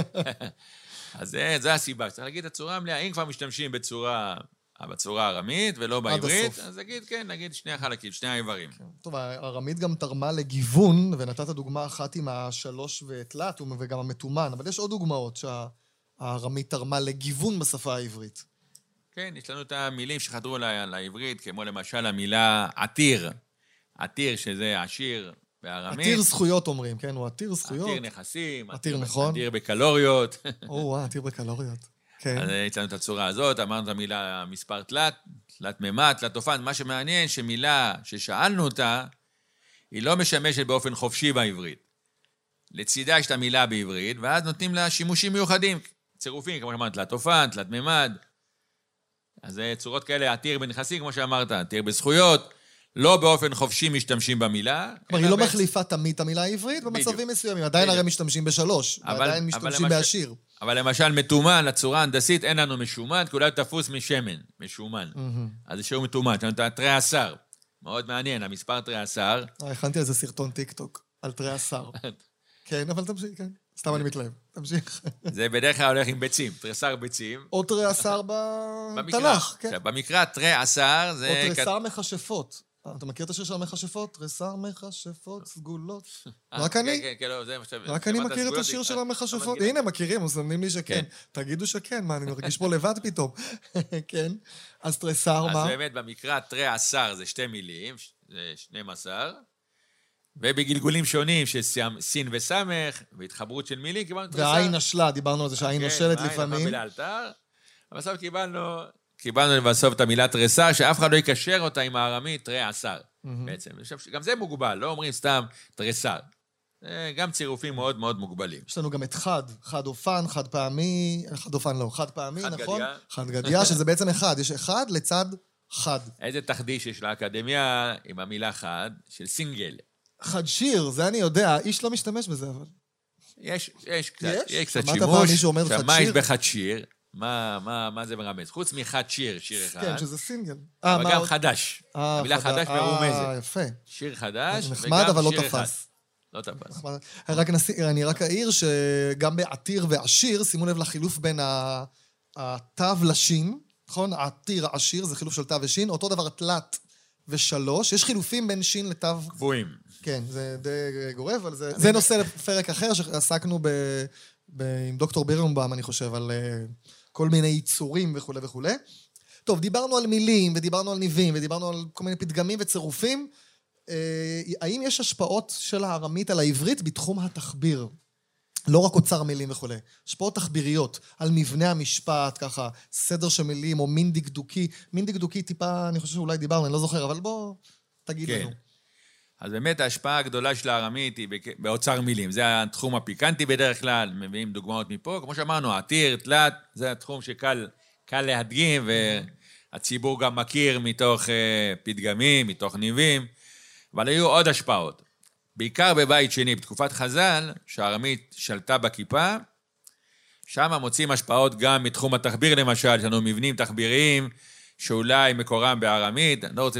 אז זה הסיבה. צריך להגיד את הצורה המלאה. אם כבר משתמשים בצורה הארמית ולא בעברית, אז נגיד שני החלקים, שני האיברים. טוב, הארמית גם תרמה לגיוון, ונתת דוגמה אחת עם השלוש ותלת, וגם המתומן, אבל יש עוד דוגמאות שהארמית תרמה לגיוון בשפה העברית. כן, יש לנו את המילים שחדרו לעברית, כמו למשל המילה עתיר. עתיר, שזה עשיר בארמית. עתיר זכויות אומרים, כן? הוא עתיר זכויות. עתיר נכסים. עתיר, נכון. עתיר בקלוריות. עתיר בקלוריות. כן. אז יש לנו את הצורה הזאת, אמרנו את המילה מספר תלת, תלת ממד, תלת אופן. מה שמעניין שמילה ששאלנו אותה, היא לא משמשת באופן חופשי בעברית. לצידה יש את המילה בעברית, ואז נותנים לה שימושים מיוחדים, צירופים, כמו שאמרת, תלת אופן, תלת ממד. אז זה צורות כאלה, עתיר בנכסים, כמו שאמרת, עתיר בזכויות, לא באופן חופשי משתמשים במילה. כלומר, היא לא מחליפה תמיד את המילה העברית במצבים מסוימים. עדיין הרי משתמשים בשלוש, ועדיין משתמשים בעשיר. אבל למשל, מתומן, לצורה הנדסית, אין לנו משומן, כי אולי תפוס משמן, משומן. אז זה שהוא מתומן, יש לנו את תרי עשר. מאוד מעניין, המספר תרי עשר. הכנתי איזה סרטון טיקטוק על תרי עשר. כן, אבל תמשיך, כן. סתם אני מתלהב. תמשיך. זה בדרך כלל הולך עם ביצים, תריסר ביצים. או תרי עשר בתנ"ך, כן. במקרא תרי עשר זה... או תריסר מכשפות. אתה מכיר את השיר של המכשפות? תריסר מכשפות סגולות. רק אני? כן, לא, זה מה שאתה... רק אני מכיר את השיר של המכשפות. הנה, מכירים, מסמנים לי שכן. תגידו שכן, מה, אני מרגיש פה לבד פתאום. כן. אז תריסר מה? אז באמת, במקרא תרי עשר זה שתי מילים, זה 12, ובגלגולים שונים של סין וסמך, והתחברות של מילים, והעין השלה, דיברנו על זה שהעין נושלת לפעמים. בסוף קיבלנו לבסוף את המילה תרסה, שאף אחד לא יקשר אותה עם הארמית תרי עשר, בעצם. גם זה מוגבל, לא אומרים סתם תרסה. גם צירופים מאוד מאוד מוגבלים. יש לנו גם את חד אופן, חד פעמי, חד אופן לא, חד פעמי, נכון? גדיה. חד גדיה, שזה בעצם אחד, יש אחד לצד חד. איזה תחדיש יש לאקדמיה עם המילה חד, של סינגל. חד שיר, זה אני יודע, איש לא משתמש בזה, אבל... יש קצת שמעת שימוש. פעם מישהו אומר חד מה יש שיר? בחד שיר? מה זה מרמז? חוץ מחד שיר, שיר אחד. כן, שזה סינגל. אבל גם חדש. המילה חדש מרומזת. יפה. שיר חדש, נחמד, אבל וגם לא שיר אחד. תפס. לא תפס. אני רק אעיר שגם בעתיר ועשיר, שימו לב לחילוף בין התו לשין, נכון? העתיר, העשיר, זה חילוף של תו ושין, אותו דבר תלת ושלוש, יש חילופים בין שין לתו... קבועים. כן, זה די גורף, אבל זה נושא לפרק אחר שעסקנו עם דוקטור בירנבאום, אני חושב, על כל מיני ייצורים וכו' וכו'. טוב, דיברנו על מילים, ודיברנו על ניבים, ודיברנו על כל מיני פתגמים וצירופים. האם יש השפעות של הארמית על העברית בתחום התחביר? לא רק אוצר מילים וכו'. השפעות תחביריות על מבנה המשפט, ככה, סדר של מילים, או מין דקדוקי. מין דקדוקי טיפה, אני חושב שאולי דיברנו, אני לא זוכר, אבל בוא תגיד לנו. אז באמת ההשפעה הגדולה של הארמית היא באוצר מילים. זה התחום הפיקנטי בדרך כלל, מביאים דוגמאות מפה. כמו שאמרנו, עתיר, תלת, זה התחום שקל להדגים, והציבור גם מכיר מתוך פתגמים, מתוך ניבים, אבל היו עוד השפעות. בעיקר בבית שני, בתקופת חז"ל, שהארמית שלטה בכיפה, שם מוצאים השפעות גם מתחום התחביר למשל, יש לנו מבנים תחביריים, שאולי מקורם בארמית, אני לא רוצה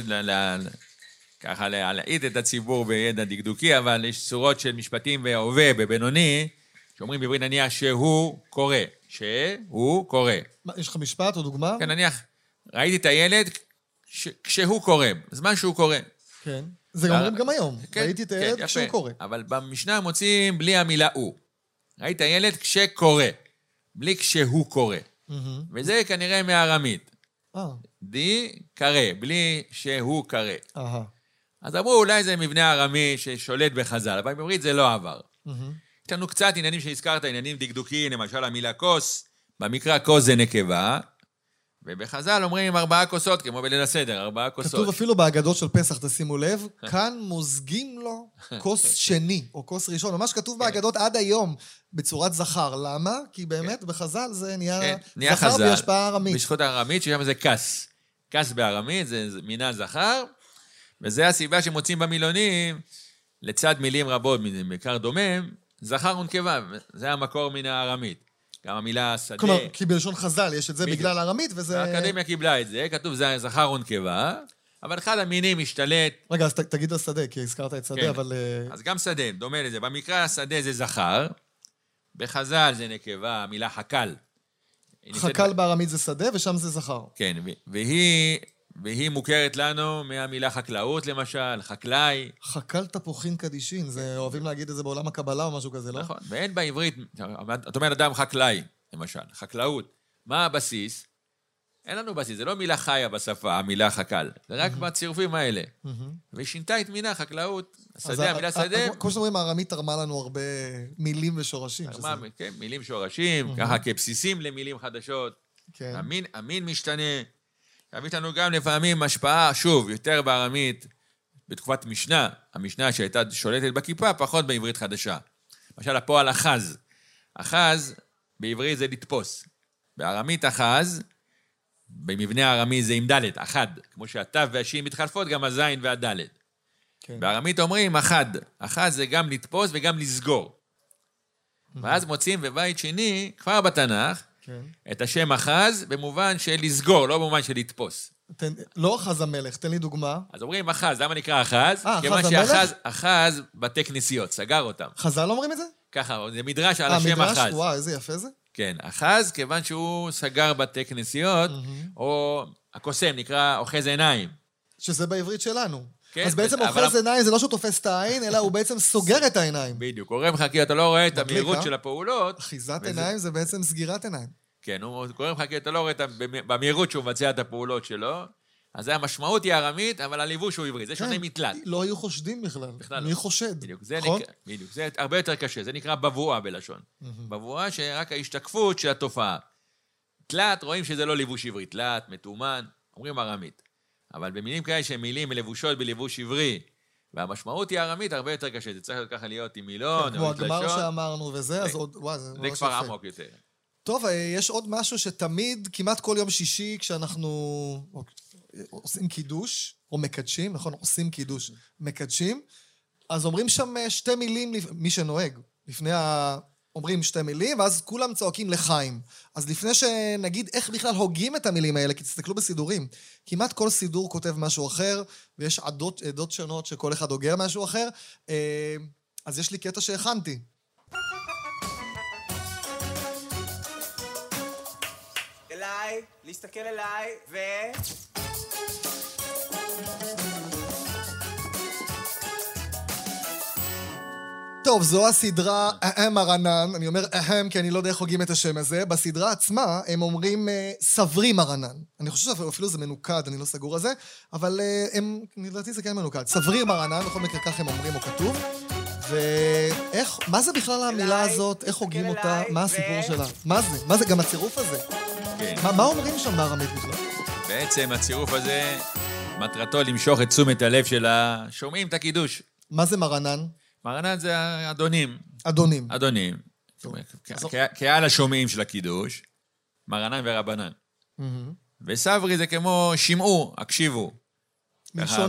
ככה להעיד את הציבור בידע דקדוקי, אבל יש צורות של משפטים בהווה, בבינוני, שאומרים בעברית נניח שהוא קורא. שהוא קורא. יש לך משפט או דוגמה? כן, נניח, ראיתי את הילד כשהוא קורא, בזמן שהוא קורא. כן. זה אומרים גם היום. כן, ראיתי את הילד כן, כשהוא יפה. קורא. אבל במשנה מוצאים בלי המילה הוא. ראיתי את הילד כשקורא, בלי כשהוא קורא. וזה כנראה מהארמית. די קרא, בלי שהוא קרא. אז אמרו, אולי זה מבנה הארמי ששולט בחז"ל, אבל בעברית זה לא עבר. יש לנו קצת עניינים שהזכרת, עניינים דקדוקיים, למשל המילה כוס, במקרא כוס זה נקבה, ובחז"ל אומרים 4 כוסות, כמו בליל הסדר, 4 כוסות. כתוב אפילו בהגדות של פסח, תשימו לב, כאן מוזגים לו כוס שני, או כוס ראשון, ממש כתוב בהגדות עד היום, בצורת זכר. למה? כי באמת בחז"ל זה נהיה זכר בהשפעה ארמית. בזכות הארמית, ששם זה כס. כס בארמית, זה מינה זכר, וזה הסיבה שמוצאים במילונים, לצד מילים רבות, בעיקר דומם, זכר ונקבה, זה המקור מן הארמית. גם המילה שדה. כלומר, כי בלשון חז"ל יש את זה בגלל הארמית, וזה... האקדמיה קיבלה את זה, כתוב זה זכר ונקבה, אבל אחד המינים משתלט... רגע, אז תגיד על שדה, כי הזכרת את שדה, אבל... אז גם שדה, דומה לזה. במקרא השדה זה זכר, בחז"ל זה נקבה, המילה חקל. חקל בארמית זה שדה, ושם זה זכר. כן, והיא מוכרת לנו מהמילה חקלאות, למשל, חקלאי. חקל תפוחין קדישין, זה אוהבים להגיד את זה בעולם הקבלה או משהו כזה, לא? נכון, ואין בעברית, את אומרת אדם חקלאי, למשל, חקלאות. מה הבסיס? אין לנו בסיס, זה לא מילה חיה בשפה, המילה חקל. זה רק בצירופים האלה. והיא שינתה את מינה, חקלאות. השדה, המילה שדה... כמו שאומרים, הארמית תרמה לנו הרבה מילים ושורשים. כן, מילים שורשים, ככה כבסיסים למילים חדשות. המין משתנה. יש לנו גם לפעמים השפעה, שוב, יותר בארמית, בתקופת משנה, המשנה שהייתה שולטת בכיפה, פחות בעברית חדשה. למשל, הפועל אחז. אחז, בעברית זה לתפוס. בארמית אחז, במבנה הארמי זה עם דלת, אחד. כמו שהתו והשין מתחלפות, גם הזין והדלת. כן. בארמית אומרים אחד. אחד זה גם לתפוס וגם לסגור. ואז מוצאים בבית שני, כבר בתנ"ך, כן. את השם אחז במובן של לסגור, לא במובן של לתפוס. לא אחז המלך, תן לי דוגמה. אז אומרים אחז, למה נקרא אחז? כיוון שאחז בתי כנסיות, סגר אותם. חז"ל אומרים את זה? ככה, זה מדרש על השם אחז. מדרש, וואו, איזה יפה זה. כן, אחז, כיוון שהוא סגר בתי כנסיות, או הקוסם נקרא אוחז עיניים. שזה בעברית שלנו. כן, אז בעצם אוחז עיניים זה לא שהוא תופס את העין, אלא הוא בעצם סוגר את העיניים. בדיוק, קורא לך כי אתה לא רואה את המהירות של הפעולות. אחיזת עיניים זה בעצם סגירת עיניים. כן, הוא קורא לך כי אתה לא רואה במהירות שהוא מבצע את הפעולות שלו, אז המשמעות היא ארמית, אבל הלבוש הוא עברי, זה שונה מתלת. לא היו חושדים בכלל. מי חושד? בדיוק, זה הרבה יותר קשה, זה נקרא בבואה בלשון. בבואה שרק ההשתקפות של התופעה. תלת, רואים שזה לא לבוש עברי. תלת, מתומן, אומרים ארמית. אבל במילים כאלה שהן מילים מלבושות בלבוש עברי, והמשמעות היא ארמית, הרבה יותר קשה. זה צריך ככה להיות עם מילון, כמו הגמר שאמרנו וזה, אז עוד, וואי, זה זה כבר עמוק יותר. טוב, יש עוד משהו שתמיד, כמעט כל יום שישי, כשאנחנו עושים קידוש, או מקדשים, נכון? עושים קידוש, מקדשים, אז אומרים שם שתי מילים, מי שנוהג, אומרים שתי מילים, ואז כולם צועקים לחיים. אז לפני שנגיד איך בכלל הוגים את המילים האלה, כי תסתכלו בסידורים, כמעט כל סידור כותב משהו אחר, ויש עדות שונות שכל אחד הוגר משהו אחר, אז יש לי קטע שהכנתי. אליי, להסתכל אליי, טוב, זו הסדרה מרנן, אני אומר כי אני לא יודע איך הוגים את השם הזה, בסדרה עצמה הם אומרים סברי מרנן. אני חושב שאפילו זה מנוקד, אני לא סגור על זה, אבל לדעתי זה כן מנוקד. סברי מרנן, בכל מקרה כך הם אומרים או כתוב, ואיך, מה זה בכלל המילה הזאת, איך הוגים אותה, מה הסיפור שלה? מה זה, גם הצירוף הזה? כן. מה אומרים שם בארמית בכלל? בעצם הצירוף הזה, מטרתו למשוך את תשומת הלב של השומעים את הקידוש. מה זה מרנן? מרנן זה אדונים. אדונים. אדונים. קהל השומעים של הקידוש, מרנן ורבנן. וסברי זה כמו שמעו, הקשיבו. מלשון...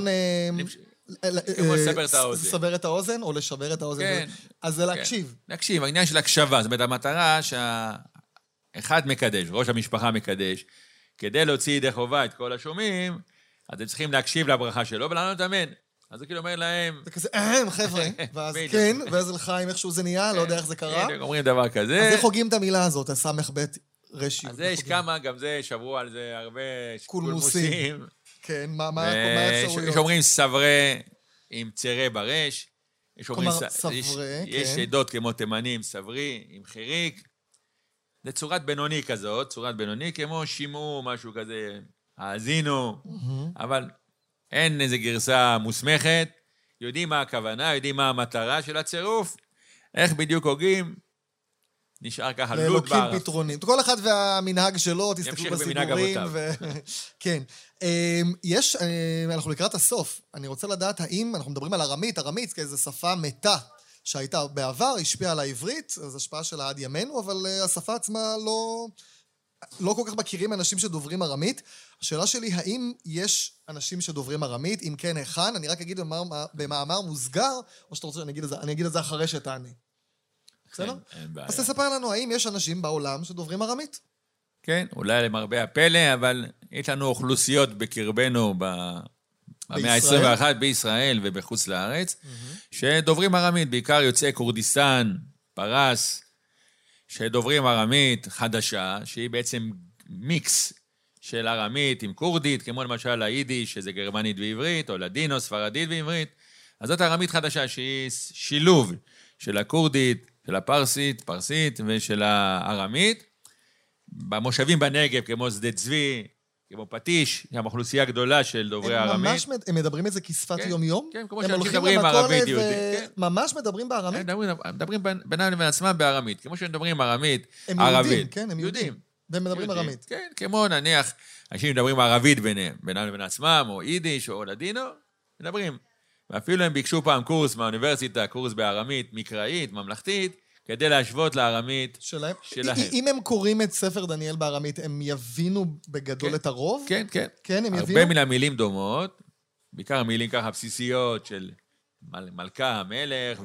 כמו לסבר את האוזן. לסבר את האוזן או לשבר את האוזן? כן. אז זה להקשיב. להקשיב, העניין של הקשבה. זאת אומרת, המטרה שהאחד מקדש, ראש המשפחה מקדש, כדי להוציא ידי חובה את כל השומעים, אתם צריכים להקשיב לברכה שלו ולענות אמן. אז זה כאילו אומר להם... זה כזה, חבר'ה, ואז כן, ואז לחיים איכשהו זה נהיה, לא יודע איך זה קרה. אומרים דבר כזה. אז איך הוגים את המילה הזאת, הסמך בית רש"י? אז יש כמה, גם זה, שברו על זה הרבה קולמוסים. כן, מה האפשרויות? יש אומרים סברי עם צרה ברש. כלומר, סברי, כן. יש עדות כמו תימנים, סברי עם חיריק. זה צורת בינוני כזאת, צורת בינוני, כמו שימו, משהו כזה, האזינו, אבל... אין איזו גרסה מוסמכת, יודעים מה הכוונה, יודעים מה המטרה של הצירוף, איך בדיוק הוגים, נשאר ככה לוד בערב. לאלוקים פתרונים. כל אחד והמנהג שלו, תסתכלו בסידורים. כן. אנחנו לקראת הסוף. אני רוצה לדעת האם, אנחנו מדברים על ארמית, ארמית כאיזו שפה מתה, שהייתה בעבר, השפיעה על העברית, אז השפעה שלה עד ימינו, אבל השפה עצמה לא כל כך מכירים אנשים שדוברים ארמית. השאלה שלי, האם יש אנשים שדוברים ארמית? אם כן, היכן? אני רק אגיד במאמר מוסגר, או שאתה רוצה שאני אגיד את זה אחרי שתעני. בסדר? אין בעיה. אז תספר לנו, האם יש אנשים בעולם שדוברים ארמית? כן, אולי למרבה הפלא, אבל יש לנו אוכלוסיות בקרבנו במאה ה-21 בישראל ובחוץ לארץ, שדוברים ארמית, בעיקר יוצאי כורדיסטן, פרס, שדוברים ארמית חדשה, שהיא בעצם מיקס של ארמית עם קורדית, כמו למשל היידיש, שזה גרמנית ועברית, או לדינו, ספרדית ועברית. אז זאת ארמית חדשה, שהיא שילוב של הקורדית, של הפרסית, פרסית, ושל הארמית. במושבים בנגב, כמו שדה צבי, כמו פטיש, גם אוכלוסייה גדולה של דוברי ארמית. הם מדברים את זה כשפת יום-יום? כן, כמו שאנשים מדברים ערבית יהודית. ממש מדברים בארמית? הם מדברים בינם לבין עצמם בארמית, כמו שהם מדברים ערמית, הם ערבית. יהודים, כן, הם יהודים. והם מדברים ארמית. כן, כמו נניח, אנשים מדברים ערבית ביניהם, בינם לבין עצמם, או יידיש, או לדינו, מדברים. ואפילו הם ביקשו פעם קורס מהאוניברסיטה, קורס בארמית, מקראית, ממלכתית, כדי להשוות לארמית שלהם. אם הם קוראים את ספר דניאל בארמית, הם יבינו בגדול את הרוב? כן, כן. כן, הם יבינו? הרבה מן המילים דומות, בעיקר מילים ככה בסיסיות של מלכה, המלך,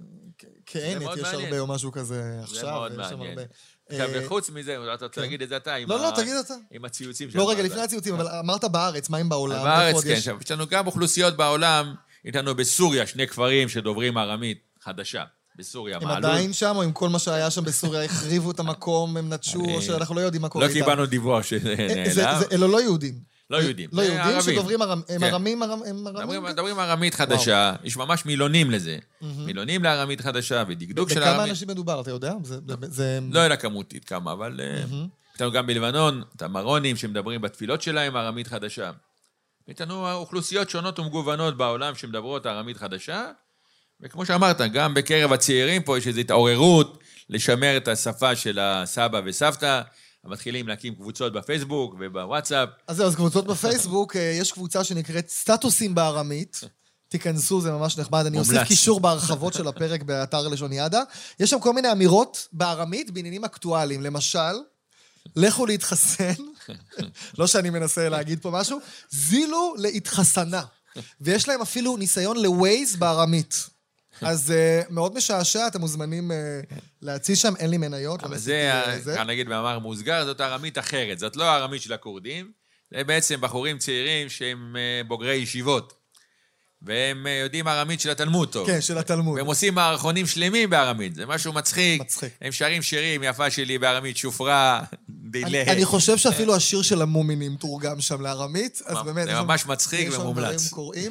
כן, יש הרבה או משהו כזה עכשיו. זה מאוד מעניין. וחוץ מזה, אתה רוצה להגיד את זה אתה? לא, תגיד אתה. עם הציוצים. לא, רגע, לפני הציוצים, אבל אמרת בארץ, מה עם בעולם? בארץ, כן. יש לנו גם אוכלוסיות בעולם, יש לנו בסוריה 2 כפרים שדוברים ארמית חדשה. בסוריה, הם עדיין שם, או עם כל מה שהיה שם בסוריה, החריבו את המקום, הם נטשו, או שאנחנו לא יודעים מה קורה איתם. לא קיבלנו דיווח שזה נעלם. אלו לא יהודים. לא יהודים. לא יהודים שדוברים הם ארמים, מדברים ארמית חדשה, יש ממש מילונים לזה. מילונים לארמית חדשה ודקדוק של ארמית. בכמה אנשים מדובר, אתה יודע? לא יודע כמותית כמה, אבל יש לנו גם בלבנון, את המרונים שמדברים בתפילות שלהם ארמית חדשה. יש לנו אוכלוסיות שונות ומגוונות בעולם שמדברות ארמית חדשה, וכמו שאמרת, גם בקרב הצעירים פה יש איזו התעוררות לשמר את השפה של הסבא וסבתא, מתחילים להקים קבוצות בפייסבוק ובוואטסאפ. אז זהו, אז קבוצות בפייסבוק, יש קבוצה שנקראת סטטוסים בארמית. תיכנסו, זה ממש נחמד. אני אוסיף קישור בהרחבות של הפרק באתר לשוניאדה. יש שם כל מיני אמירות בארמית בעניינים אקטואליים. למשל, לכו להתחסן, לא שאני מנסה להגיד פה משהו, זילו להתחסנה. ויש להם אפילו ניסיון לווייז בארמית. אז מאוד משעשע, אתם מוזמנים להציע שם, אין לי מניות. אבל זה, כאן נגיד במאמר מוסגר, זאת ארמית אחרת. זאת לא הארמית של הכורדים, זה בעצם בחורים צעירים שהם בוגרי ישיבות. והם יודעים ארמית של התלמוד טוב. כן, של התלמוד. והם עושים מערכונים שלמים בארמית. זה משהו מצחיק. הם שרים שירים, יפה שלי בארמית, שופרה, דילה. אני חושב שאפילו השיר של המומינים תורגם שם לארמית, אז באמת... זה ממש מצחיק ומומלץ.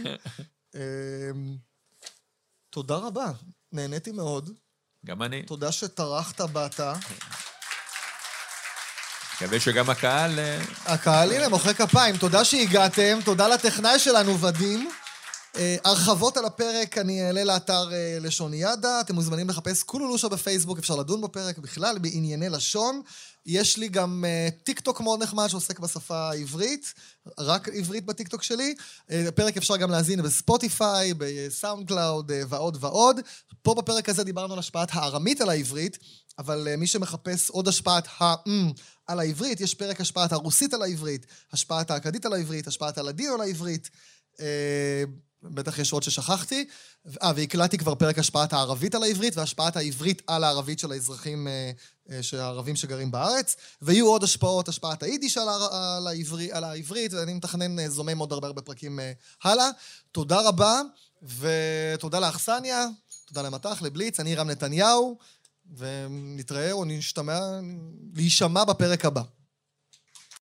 תודה רבה, נהניתי מאוד. גם אני. תודה שטרחת בתא. מקווה שגם הקהל... הקהל, הנה, מוחא כפיים. תודה שהגעתם, תודה לטכנאי שלנו, ודים. הרחבות על הפרק אני אעלה לאתר לשוניאדה, אתם מוזמנים לחפש קולולושה בפייסבוק, אפשר לדון בפרק בכלל, בענייני לשון. יש לי גם טיקטוק מאוד נחמד שעוסק בשפה העברית, רק עברית בטיקטוק שלי. הפרק אפשר גם להזין בספוטיפיי, בסאונד קלאוד ועוד ועוד. פה בפרק הזה דיברנו על השפעת הארמית על העברית, אבל מי שמחפש עוד השפעת על העברית, יש פרק השפעת הרוסית על העברית, השפעת האכדית על העברית, השפעת הלדינו על העברית, בטח יש עוד ששכחתי, והקלטתי כבר פרק השפעת הערבית על העברית, והשפעת העברית על הערבית של האזרחים הערבים שגרים בארץ, ויהיו עוד השפעות, השפעת היידיש על העברית, ואני מתכנן זומם עוד הרבה פרקים הלאה. תודה רבה, ותודה לאכסניה, תודה למתח, לבליץ, אני רם נתניהו, ונתראה או להישמע בפרק הבא.